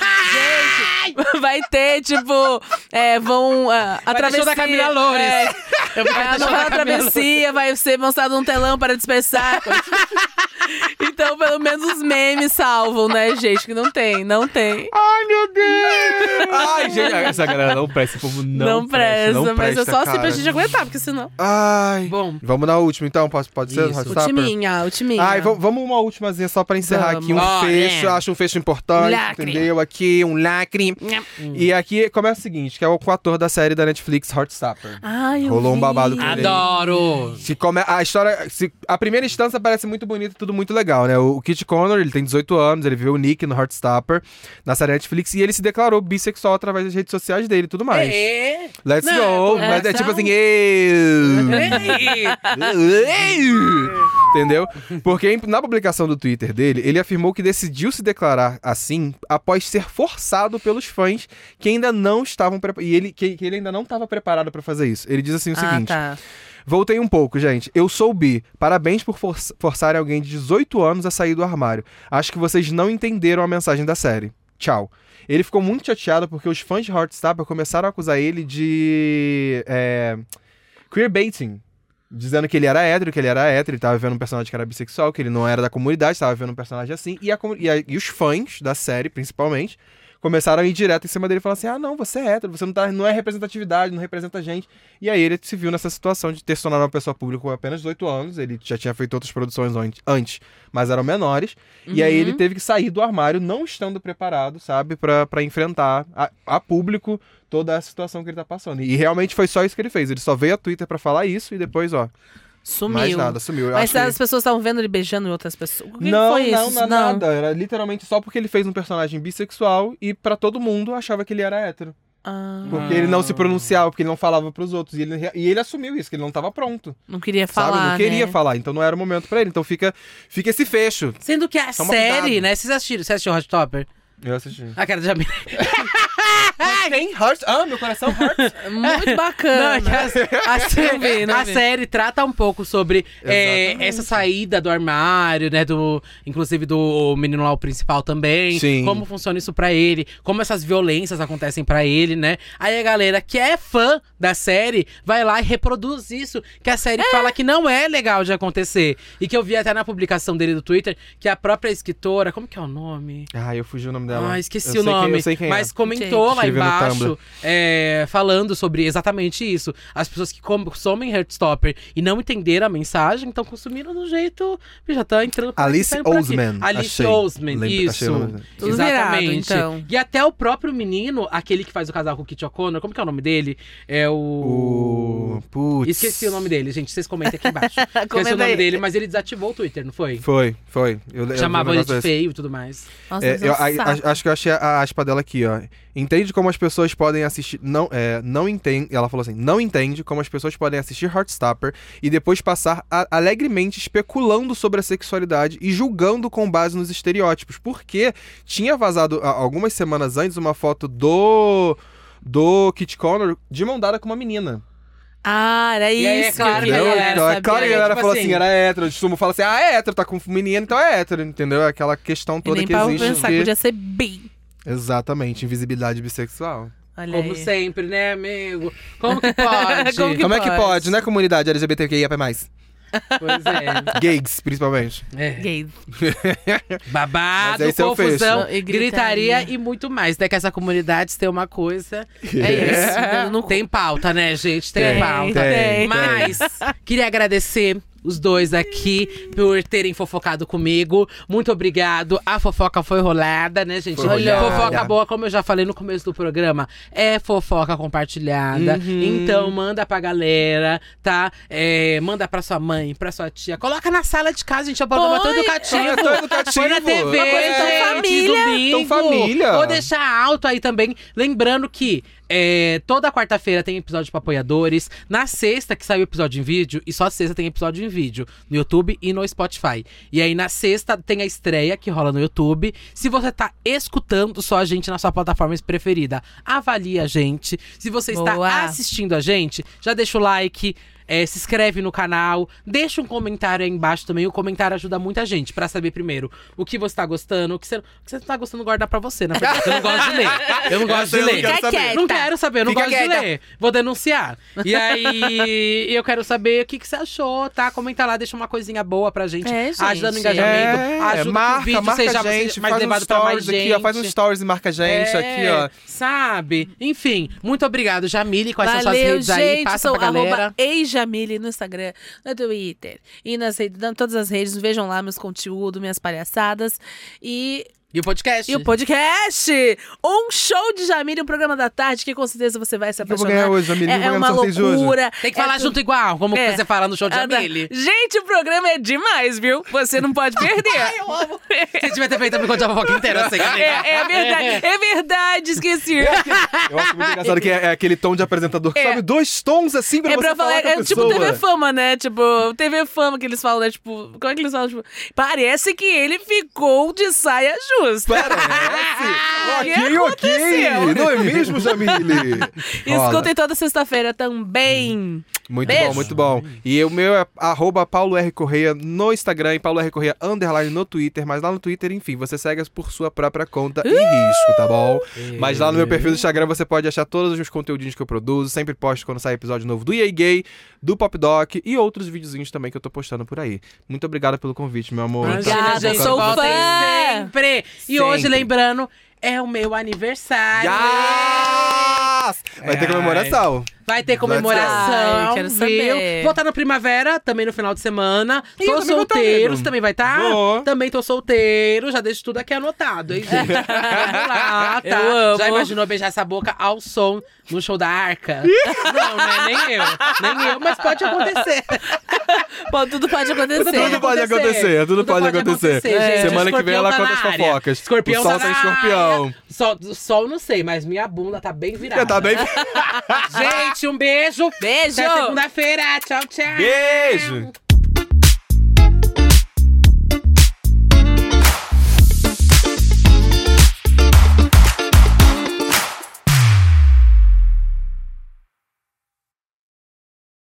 Gente, vai ter, tipo, vão Vai ter atravessar. show da Camila Loures. Eu vou ter A show da novela Camila Travessia vai ser mostrado um telão para dispersar. Então, pelo menos os memes salvam, né, gente? Que não tem. Ai, meu Deus! Ai, gente, essa galera não presta, esse povo não presta, não mas é só assim pra cara. gente aguentar, porque senão. Ai. Bom. Vamos na última, então? Pode ser? Isso. Hot O Tupper? timinha. Ai, vamos uma últimazinha só pra encerrar Vamos. aqui. Um Ó, fecho, né? acho um fecho importante, Lacre. entendeu? Aqui, um lacre. E aqui começa o seguinte, que é o ator da série da Netflix, Heartstopper. Ai, eu Rolou um vi. babado com ele. Adoro! A história, a primeira instância parece muito bonita e tudo muito legal, né? O Kit Connor, ele tem 18 anos, ele viu o Nick no Heartstopper, na série Netflix, e ele se declarou bissexual através das redes sociais dele e tudo mais. É. Let's Não, go! Mas é tipo assim, entendeu? Porque na publicação do Twitter dele, ele afirmou que decidiu se declarar assim após ser forçado pelos fãs que ainda não estavam preparados. Que ele ainda não estava preparado pra fazer isso. Ele diz assim o seguinte: Tá. voltei um pouco, gente. Eu sou bi. Parabéns por forçarem alguém de 18 anos a sair do armário. Acho que vocês não entenderam a mensagem da série. Tchau. Ele ficou muito chateado porque os fãs de Heartstopper começaram a acusar ele de queerbaiting. dizendo que ele era hétero, ele tava vendo um personagem que era bissexual, que ele não era da comunidade, tava vendo um personagem assim, e os fãs da série, principalmente, começaram a ir direto em cima dele e falaram assim, não, você é hétero, você não é representatividade, não representa a gente. E aí ele se viu nessa situação de ter se tornado uma pessoa pública com apenas 18 anos, ele já tinha feito outras produções antes, mas eram menores, e aí ele teve que sair do armário, não estando preparado, sabe, pra enfrentar a público toda a situação que ele tá passando. E realmente foi só isso que ele fez, ele só veio a Twitter pra falar isso e depois, Sumiu. mais nada, sumiu. Eu Mas acho as pessoas estavam vendo ele beijando em outras pessoas. O que não, foi isso? não, nada. Era literalmente só porque ele fez um personagem bissexual e pra todo mundo achava que ele era hétero. Porque ele não se pronunciava, porque ele não falava pros outros. E ele assumiu isso, que ele não tava pronto. Não queria Sabe? falar, Não queria né? falar, então não era o momento pra ele. Então fica esse fecho. Sendo que a Toma série, cuidado. né? Vocês assistiram? Você assistiu Hot Topper? Eu assisti. A cara de Jamile. Tem Hearts. Meu coração Hearts. Muito bacana. Não, é que a série trata um pouco sobre essa saída do armário, né? Inclusive do menino lá, o principal também. Sim. Como funciona isso pra ele, como essas violências acontecem pra ele, né? Aí a galera que é fã da série vai lá e reproduz isso, que a série fala que não é legal de acontecer. E que eu vi até na publicação dele do Twitter, que a própria escritora, como que é o nome? Eu fugi o nome dela. Esqueci Eu o sei nome. eu sei quem mas é. comentou lá Escreveu no embaixo, Tumblr. falando sobre exatamente isso. As pessoas que consomem Heartstopper e não entenderam a mensagem, então consumiram do jeito... Já tá entrando por aqui, Alice saindo por aqui. Oseman. Alice Achei. Oseman, Achei isso. o nome. Tudo virado, Exatamente. então. E até o próprio menino, aquele que faz o casal com o Kit O'Connor, como que é o nome dele? É Putz. Esqueci o nome dele, gente. Vocês comentem aqui embaixo. Esqueci o Comenta nome aí. dele, mas ele desativou o Twitter, não foi? Foi. Chamava ele de feio e tudo mais. Nossa, É, mas é um saco. acho que eu achei a aspa dela aqui, ó. Entende como as pessoas podem assistir. Não entende. Ela falou assim: não entende como as pessoas podem assistir Heartstopper e depois passar alegremente especulando sobre a sexualidade e julgando com base nos estereótipos. Porque tinha vazado algumas semanas antes uma foto do Kit Connor de mão dada com uma menina. Era E aí, é isso. claro que que eu a queria galera Então é saber. claro que a galera tipo falou assim, assim, era hétero. Eu costumo falar assim, é hétero, tá com menino, então é hétero, entendeu? Aquela questão E toda nem que pra existe. pensar que podia ser bi. Exatamente, invisibilidade bissexual. Olha Como aí. sempre, né, amigo? Como que pode? Como Como é que pode? pode, né, comunidade LGBTQIA+. Pois é. Gays, principalmente. Gays. Babado, Mas esse é o confusão, fecho. E gritaria. gritaria e muito mais. Até que essa comunidade tem uma coisa. É isso. Tem pauta, né, gente? Tem Tem, pauta. tem. Mas queria agradecer os dois aqui por terem fofocado comigo. Muito obrigado. A fofoca foi rolada, né, gente? Foi rolada. Fofoca boa, como eu já falei no começo do programa, é fofoca compartilhada. Então manda pra galera, tá? Manda pra sua mãe, pra sua tia. Coloca na sala de casa, gente. É um programa tão educativo. É tão educativo. Põe na TV, Uma coisa tão gente, família. domingo. Tão família. Ou deixar alto aí também. Lembrando que toda quarta-feira tem episódio para apoiadores. Na sexta que sai o episódio em vídeo, e só sexta tem episódio em vídeo, no YouTube e no Spotify. E aí na sexta tem a estreia que rola no YouTube. Se você tá escutando só a gente na sua plataforma preferida, avalie a gente. Se você está Boa. assistindo a gente, já deixa o like. Se inscreve no canal, deixa um comentário aí embaixo também. O comentário ajuda muita gente pra saber primeiro o que você tá gostando, o que você não tá gostando, guardar pra você, né? Porque eu não gosto de ler. Eu não gosto de Eu não ler. quero Fica saber. quieta. Não quero saber, eu não Fica gosto de quieta. ler. Vou denunciar. E aí, eu quero saber o que você achou, tá? Comenta lá, deixa uma coisinha boa pra gente. Gente. Ajuda no engajamento, ajuda que o vídeo seja a gente, mais faz levado um pra mais stories gente. aqui, ó, faz um stories e marca a gente aqui, ó. Sabe? Enfim, muito obrigado, Jamile. Quais são suas Valeu, redes aí? gente. Passa Sou pra galera. @eijamile no Instagram, no Twitter e nas todas as redes. Vejam lá meus conteúdos, minhas palhaçadas. E E o podcast? o podcast! Um show de Jamile, um programa da tarde que com certeza você vai se que eu vou apaixonar. ganhar hoje, Jamile? O que eu É vou uma ganhar no sorteio de hoje? loucura. Tem que falar junto igual, como É. você fala no show de Ah, tá. Jamile. Gente, o programa é demais, viu? Você não pode perder. Eu amo. Você devia ter feito a conta a fofoca inteira, assim. É verdade, esqueci. Eu acho muito engraçado que é aquele tom de apresentador, sabe? 2 tons assim pra É você pra falar, falar com a é tipo pessoa. TV Fama, né? Tipo, TV Fama que eles falam, né? Tipo, como é que eles falam? Tipo, parece que ele ficou de saia Parece! Ok. Não é mesmo, Jamile? Escutem toda sexta-feira também. Muito Beijo. bom, muito bom. E o meu é @PauloRCorreia no Instagram e PauloRCorreia _ no Twitter. Mas lá no Twitter, enfim, você segue por sua própria conta e risco, tá bom? Mas lá no meu perfil do Instagram você pode achar todos os conteúdinhos que eu produzo. Sempre posto quando sai episódio novo do EA Gay, do Pop Doc e outros videozinhos também que eu tô postando por aí. Muito obrigado pelo convite, meu amor. Obrigada, gente, sou voltem fã. sempre. E hoje, lembrando, é o meu aniversário. Vai ter comemoração. Vai ter comemoração, Ai, quero viu? saber. Vou estar no Primavera, também no final de semana. Ih, Tô eu também vou tá, solteiro, amigo. você também vai estar? Vou. Também tô solteiro, já deixo tudo aqui anotado, hein, gente? Vamos lá, tá? Eu amo. Já imaginou beijar essa boca ao som no show da Arca? Não, né? Nem eu, mas pode acontecer. Pô, tudo pode acontecer. Tudo pode acontecer, tudo pode acontecer. gente. Semana que vem ela conta as Escorpião tá na área. fofocas. Escorpião O sol tá tá na escorpião. Sol não sei, mas minha bunda tá bem virada. Tá bem. Gente, um beijo. Beijo. Até segunda-feira. Tchau, tchau. Beijo.